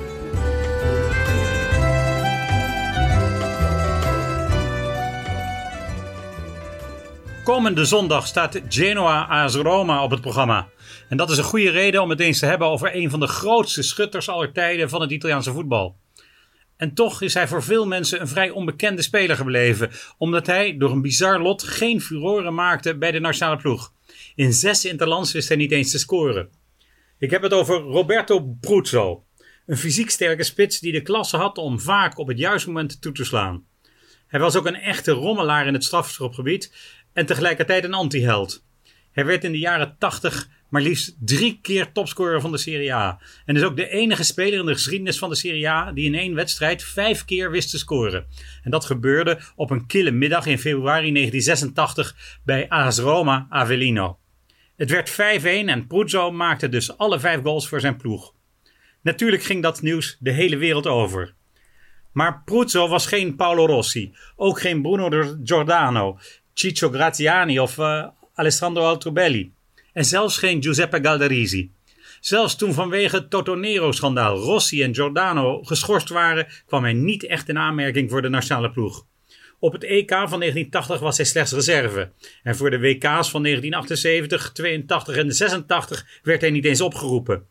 G: Komende zondag staat Genoa AS Roma op het programma. En dat is een goede reden om het eens te hebben over een van de grootste schutters aller tijden van het Italiaanse voetbal. En toch is hij voor veel mensen een vrij onbekende speler gebleven, omdat hij door een bizar lot geen furoren maakte bij de nationale ploeg. In 6 interlands wist hij niet eens te scoren. Ik heb het over Roberto Bruzzo, een fysiek sterke spits die de klasse had om vaak op het juiste moment toe te slaan. Hij was ook een echte rommelaar in het strafschopgebied en tegelijkertijd een antiheld. Hij werd in de jaren 80 maar liefst 3 keer topscorer van de Serie A. En is ook de enige speler in de geschiedenis van de Serie A die in 1 wedstrijd 5 keer wist te scoren. En dat gebeurde op een kille middag in februari 1986 bij AS Roma Avellino. Het werd 5-1 en Bruzzo maakte dus alle 5 goals voor zijn ploeg. Natuurlijk ging dat nieuws de hele wereld over. Maar Bruzzo was geen Paolo Rossi, ook geen Bruno Giordano, Ciccio Graziani of Alessandro Altrubelli. En zelfs geen Giuseppe Galdarisi. Zelfs toen vanwege het Totonero-schandaal Rossi en Giordano geschorst waren, kwam hij niet echt in aanmerking voor de nationale ploeg. Op het EK van 1980 was hij slechts reserve. En voor de WK's van 1978, 82 en 86 werd hij niet eens opgeroepen.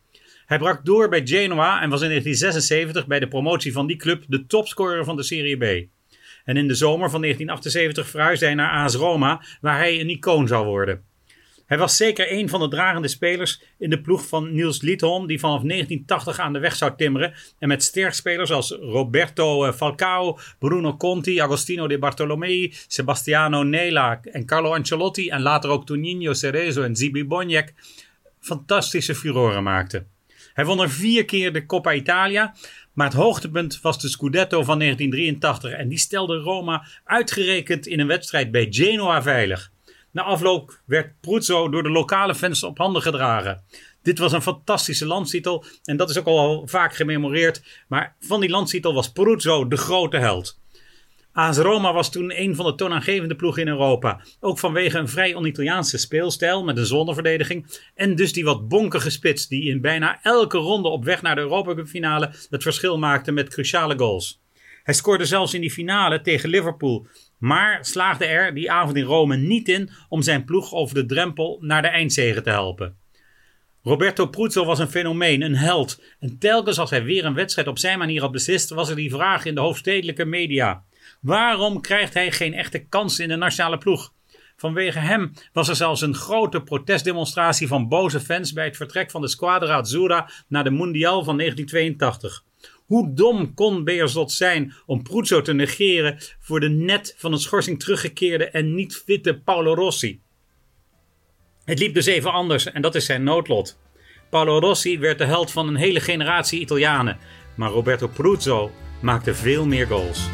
G: Hij brak door bij Genoa en was in 1976 bij de promotie van die club de topscorer van de Serie B. En in de zomer van 1978 verhuisde hij naar AS Roma, waar hij een icoon zou worden. Hij was zeker een van de dragende spelers in de ploeg van Niels Lidholm, die vanaf 1980 aan de weg zou timmeren en met sterkspelers als Roberto Falcao, Bruno Conti, Agostino De Bartolomei, Sebastiano Nela en Carlo Ancelotti en later ook Toninho Cerezo en Zibi Boniek fantastische furoren maakte. Hij won er 4 keer de Coppa Italia, maar het hoogtepunt was de Scudetto van 1983 en die stelde Roma uitgerekend in een wedstrijd bij Genoa veilig. Na afloop werd Pruzzo door de lokale fans op handen gedragen. Dit was een fantastische landstitel en dat is ook al vaak gememoreerd, maar van die landstitel was Pruzzo de grote held. AS Roma was toen een van de toonaangevende ploegen in Europa. Ook vanwege een vrij on-Italiaanse speelstijl met een zonneverdediging. En dus die wat bonkige spits die in bijna elke ronde op weg naar de Europa Cup finale het verschil maakte met cruciale goals. Hij scoorde zelfs in die finale tegen Liverpool. Maar slaagde er die avond in Rome niet in om zijn ploeg over de drempel naar de eindzege te helpen. Roberto Pruzzo was een fenomeen, een held. En telkens als hij weer een wedstrijd op zijn manier had beslist, was er die vraag in de hoofdstedelijke media. Waarom krijgt hij geen echte kans in de nationale ploeg? Vanwege hem was er zelfs een grote protestdemonstratie van boze fans bij het vertrek van de Squadra Azzurra naar de Mondial van 1982. Hoe dom kon Beerschot zijn om Pruzzo te negeren voor de net van een schorsing teruggekeerde en niet fitte Paolo Rossi? Het liep dus even anders en dat is zijn noodlot. Paolo Rossi werd de held van een hele generatie Italianen, maar Roberto Pruzzo maakte veel meer goals.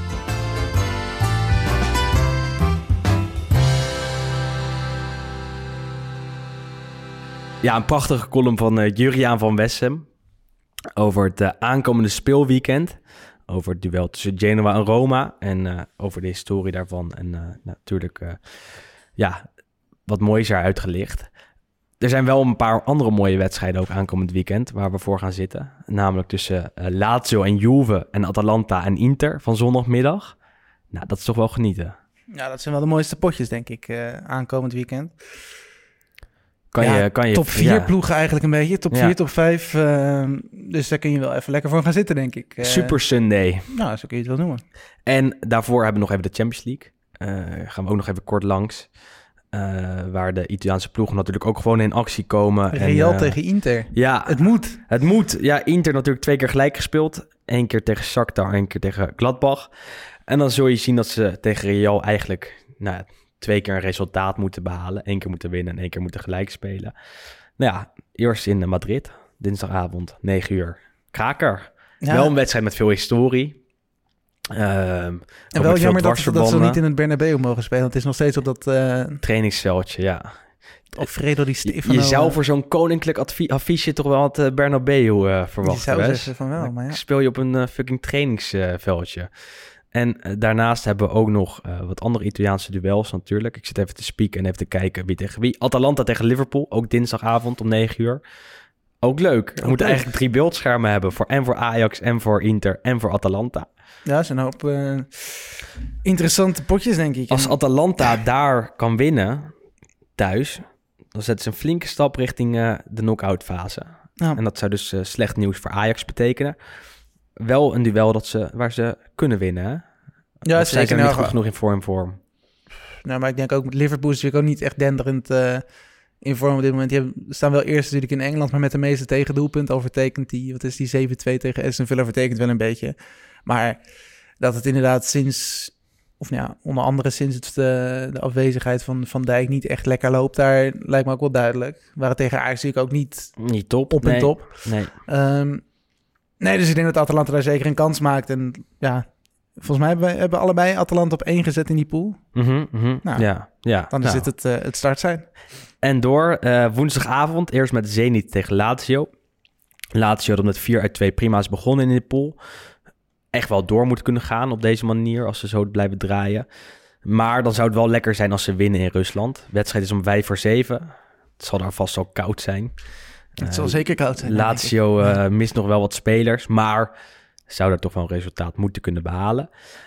D: Ja, een prachtige column van Juriaan van Wessem over het aankomende speelweekend. Over het duel tussen Genoa en Roma en over de historie daarvan. En natuurlijk wat moois er uitgelicht. Er zijn wel een paar andere mooie wedstrijden ook aankomend weekend waar we voor gaan zitten. Namelijk tussen Lazio en Juve en Atalanta en Inter van zondagmiddag. Nou, dat is toch wel genieten.
E: Ja, dat zijn wel de mooiste potjes, denk ik, aankomend weekend.
D: Kan je
E: top 4 ploegen eigenlijk een beetje. Top 4, top 5. Dus daar kun je wel even lekker voor gaan zitten, denk ik.
D: Super Sunday.
E: Nou, zo kun je het wel noemen.
D: En daarvoor hebben we nog even de Champions League. Gaan we ook nog even kort langs. Waar de Italiaanse ploegen natuurlijk ook gewoon in actie komen.
E: Real tegen Inter.
D: Ja, Het moet. Ja, Inter natuurlijk 2 keer gelijk gespeeld. 1 keer tegen Shakhtar, 1 keer tegen Gladbach. En dan zul je zien dat ze tegen Real eigenlijk 2 keer een resultaat moeten behalen. 1 keer moeten winnen en 1 keer moeten gelijk spelen. Nou ja, eerst in Madrid. Dinsdagavond, 9 uur. Kraker. Ja. Wel een wedstrijd met veel historie.
E: En wel jammer dat ze niet in het Bernabeu mogen spelen. Het is nog steeds op dat
D: trainingsveldje, ja.
E: Alfredo Di Stefano.
D: Je zou voor zo'n koninklijk affiche toch wel het Bernabeu verwachten.
E: Je zou zeggen van wel, maar ja.
D: Speel je op een fucking trainingsveldje. En daarnaast hebben we ook nog wat andere Italiaanse duels natuurlijk. Ik zit even te spieken en even te kijken wie tegen wie. Atalanta tegen Liverpool, ook dinsdagavond om 9 uur. Ook leuk. We moeten eigenlijk 3 beeldschermen hebben. Voor Ajax en voor Inter en voor Atalanta.
E: Ja, dat zijn een hoop interessante potjes, denk ik.
D: Als Atalanta daar kan winnen, thuis, dan zetten ze een flinke stap richting de knock-out fase. Ja. En dat zou dus slecht nieuws voor Ajax betekenen. Wel een duel waar ze kunnen winnen, hè?
E: Ja,
D: zeker. Zijn niet goed genoeg in vorm.
E: Nou, maar ik denk ook, Liverpool is natuurlijk ook niet echt denderend in vorm op dit moment. Die staan wel eerst natuurlijk in Engeland, maar met de meeste tegendoelpunten al vertekent die 7-2 tegen Aston Villa vertekent wel een beetje. Maar dat het inderdaad onder andere sinds de afwezigheid van Dijk niet echt lekker loopt, daar lijkt me ook wel duidelijk. Waren tegen Ajax natuurlijk ook niet
D: top.
E: Op en top.
D: Nee.
E: Dus ik denk dat Atalanta daar zeker een kans maakt. En ja, volgens mij hebben allebei Atalanta op 1 gezet in die pool. Dan is dit het start zijn.
D: En door woensdagavond eerst met Zenit tegen Lazio. Lazio dat met 4-2 prima is begonnen in de pool. Echt wel door moeten kunnen gaan op deze manier als ze zo blijven draaien. Maar dan zou het wel lekker zijn als ze winnen in Rusland. De wedstrijd is om 5:07. Het zal daar vast al koud zijn.
E: Het zal zeker koud zijn.
D: Lazio mist nog wel wat spelers, maar zou daar toch wel een resultaat moeten kunnen behalen.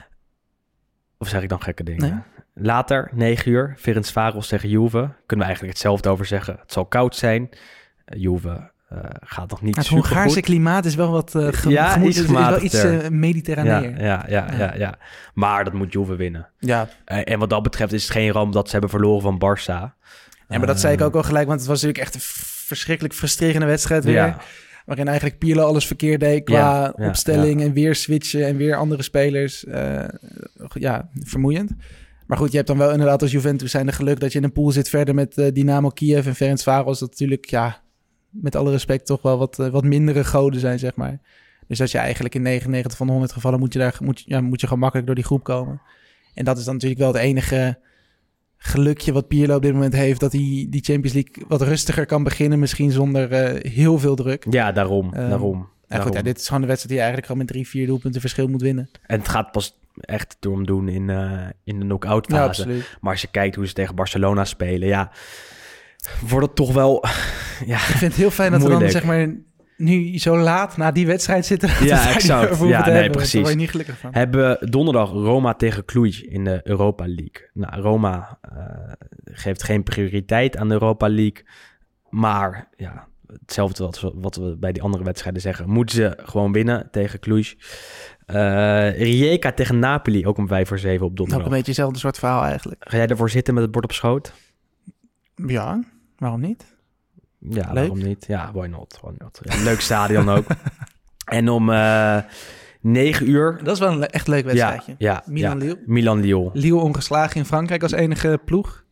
D: Of zeg ik dan gekke dingen?
E: Nee.
D: Later, 9 uur, Ferencváros tegen Juve. Kunnen we eigenlijk hetzelfde over zeggen. Het zal koud zijn. Juve gaat nog niet
E: Het
D: super
E: Hongaarse
D: goed.
E: klimaat is wel wat
D: iets gematigder.
E: iets mediterraneer.
D: Ja. Maar dat moet Juve winnen.
E: Ja.
D: En wat dat betreft is het geen ramp dat ze hebben verloren van Barça.
E: Ja, maar dat zei ik ook al gelijk, want het was natuurlijk echt een verschrikkelijk frustrerende wedstrijd weer.
D: Ja.
E: Waarin eigenlijk Pirlo alles verkeerd deed qua opstelling en weer switchen en weer andere spelers. Vermoeiend. Maar goed, je hebt dan wel inderdaad als Juventus zijn de geluk dat je in een pool zit verder met Dynamo Kiev en Ferencvaros. Dat natuurlijk, met alle respect toch wel wat mindere goden zijn, zeg maar. Dus dat je eigenlijk in 99 van de 100 gevallen moet je gewoon makkelijk door die groep komen. En dat is dan natuurlijk wel het enige gelukje wat Pirlo op dit moment heeft, dat hij die Champions League wat rustiger kan beginnen, misschien zonder heel veel druk.
D: Ja, daarom.
E: Goed, dit is gewoon de wedstrijd die je eigenlijk al met 3-4 doelpunten verschil moet winnen.
D: En het gaat pas echt erom doen in de knock-out fase.
E: Ja, absoluut.
D: Maar als je kijkt hoe ze tegen Barcelona spelen, wordt het toch wel
E: Ik vind het heel fijn dat we dan zeg maar nu zo laat na die wedstrijd zitten.
D: Ja, exact. Precies.
E: Daar word je niet gelukkig van.
D: Hebben donderdag Roma tegen Cluj in de Europa League. Nou, Roma geeft geen prioriteit aan de Europa League. Maar hetzelfde wat we bij die andere wedstrijden zeggen. Moeten ze gewoon winnen tegen Cluj. Rijeka tegen Napoli, ook om 5-7 op donderdag.
E: Ook een beetje hetzelfde soort verhaal eigenlijk.
D: Ga jij ervoor zitten met het bord op schoot?
E: Ja, waarom niet?
D: Ja,
E: leuk.
D: Waarom niet? Ja, why not? Ja, leuk stadion ook. En om 9 uur...
E: Dat is wel een echt leuk wedstrijdje.
D: Ja,
E: Milan-Lille.
D: Milan-Lille.
E: Lille ongeslagen in Frankrijk als enige ploeg.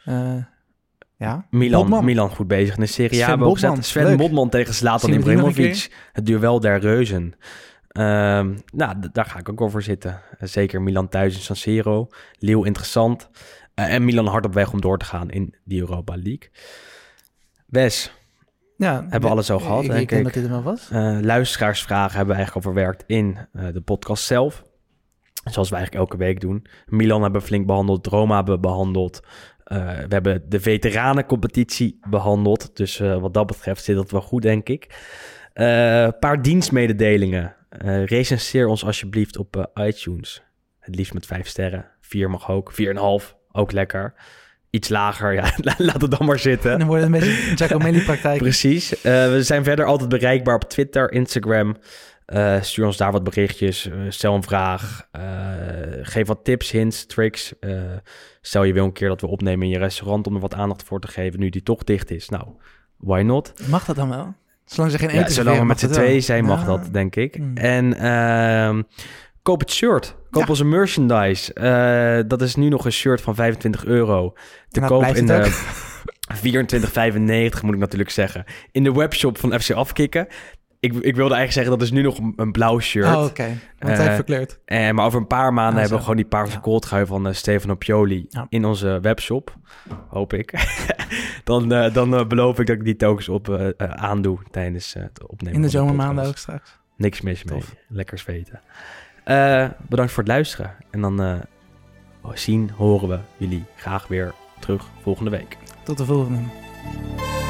D: Milan goed bezig in de Serie A. Sven Botman tegen Zlatan Ibrahimovic. Het duel der reuzen. Daar ga ik ook wel voor zitten. Zeker Milan thuis in San Siro. Lille interessant. En Milan hard op weg om door te gaan in die Europa League. Wes, hebben we alles al gehad, denk ik.
E: Ik denk dat dit er wel was.
D: Luisteraarsvragen hebben we eigenlijk al verwerkt in de podcast zelf. Zoals we eigenlijk elke week doen. Milan hebben we flink behandeld. Roma hebben we behandeld. We hebben de veteranencompetitie behandeld. Dus wat dat betreft zit dat wel goed, denk ik. Een paar dienstmededelingen. Recenseer ons alsjeblieft op iTunes. Het liefst met 5 sterren. 4 mag ook. 4,5 ook lekker. Iets lager, laat het dan maar zitten.
E: En dan wordt het een beetje een Giacomelli-praktijk.
D: Precies. We zijn verder altijd bereikbaar op Twitter, Instagram. Stuur ons daar wat berichtjes. Stel een vraag. Geef wat tips, hints, tricks. Stel je wil een keer dat we opnemen in je restaurant om er wat aandacht voor te geven nu die toch dicht is. Nou, why not?
E: Mag dat dan wel? Zolang ze geen eten
D: zolang we met z'n tweeën zijn, mag dat, denk ik. En koop het shirt. Koop onze merchandise. Dat is nu nog een shirt van €25 te koop in de 24,95 moet ik natuurlijk zeggen. In de webshop van FC Afkikken. Ik wilde eigenlijk zeggen, dat is nu nog een blauw shirt.
E: Oh, oké. Want hij verkleurd.
D: Maar over een paar maanden hebben we gewoon die paarse kooltrui van Stefano Pioli in onze webshop. Hoop ik. dan beloof ik dat ik die telkens op aandoe tijdens het opnemen.
E: In de
D: van
E: zomermaanden ook straks.
D: Niks mis mee. Lekker zweten. Bedankt voor het luisteren. En dan horen we jullie graag weer terug volgende week.
E: Tot de volgende.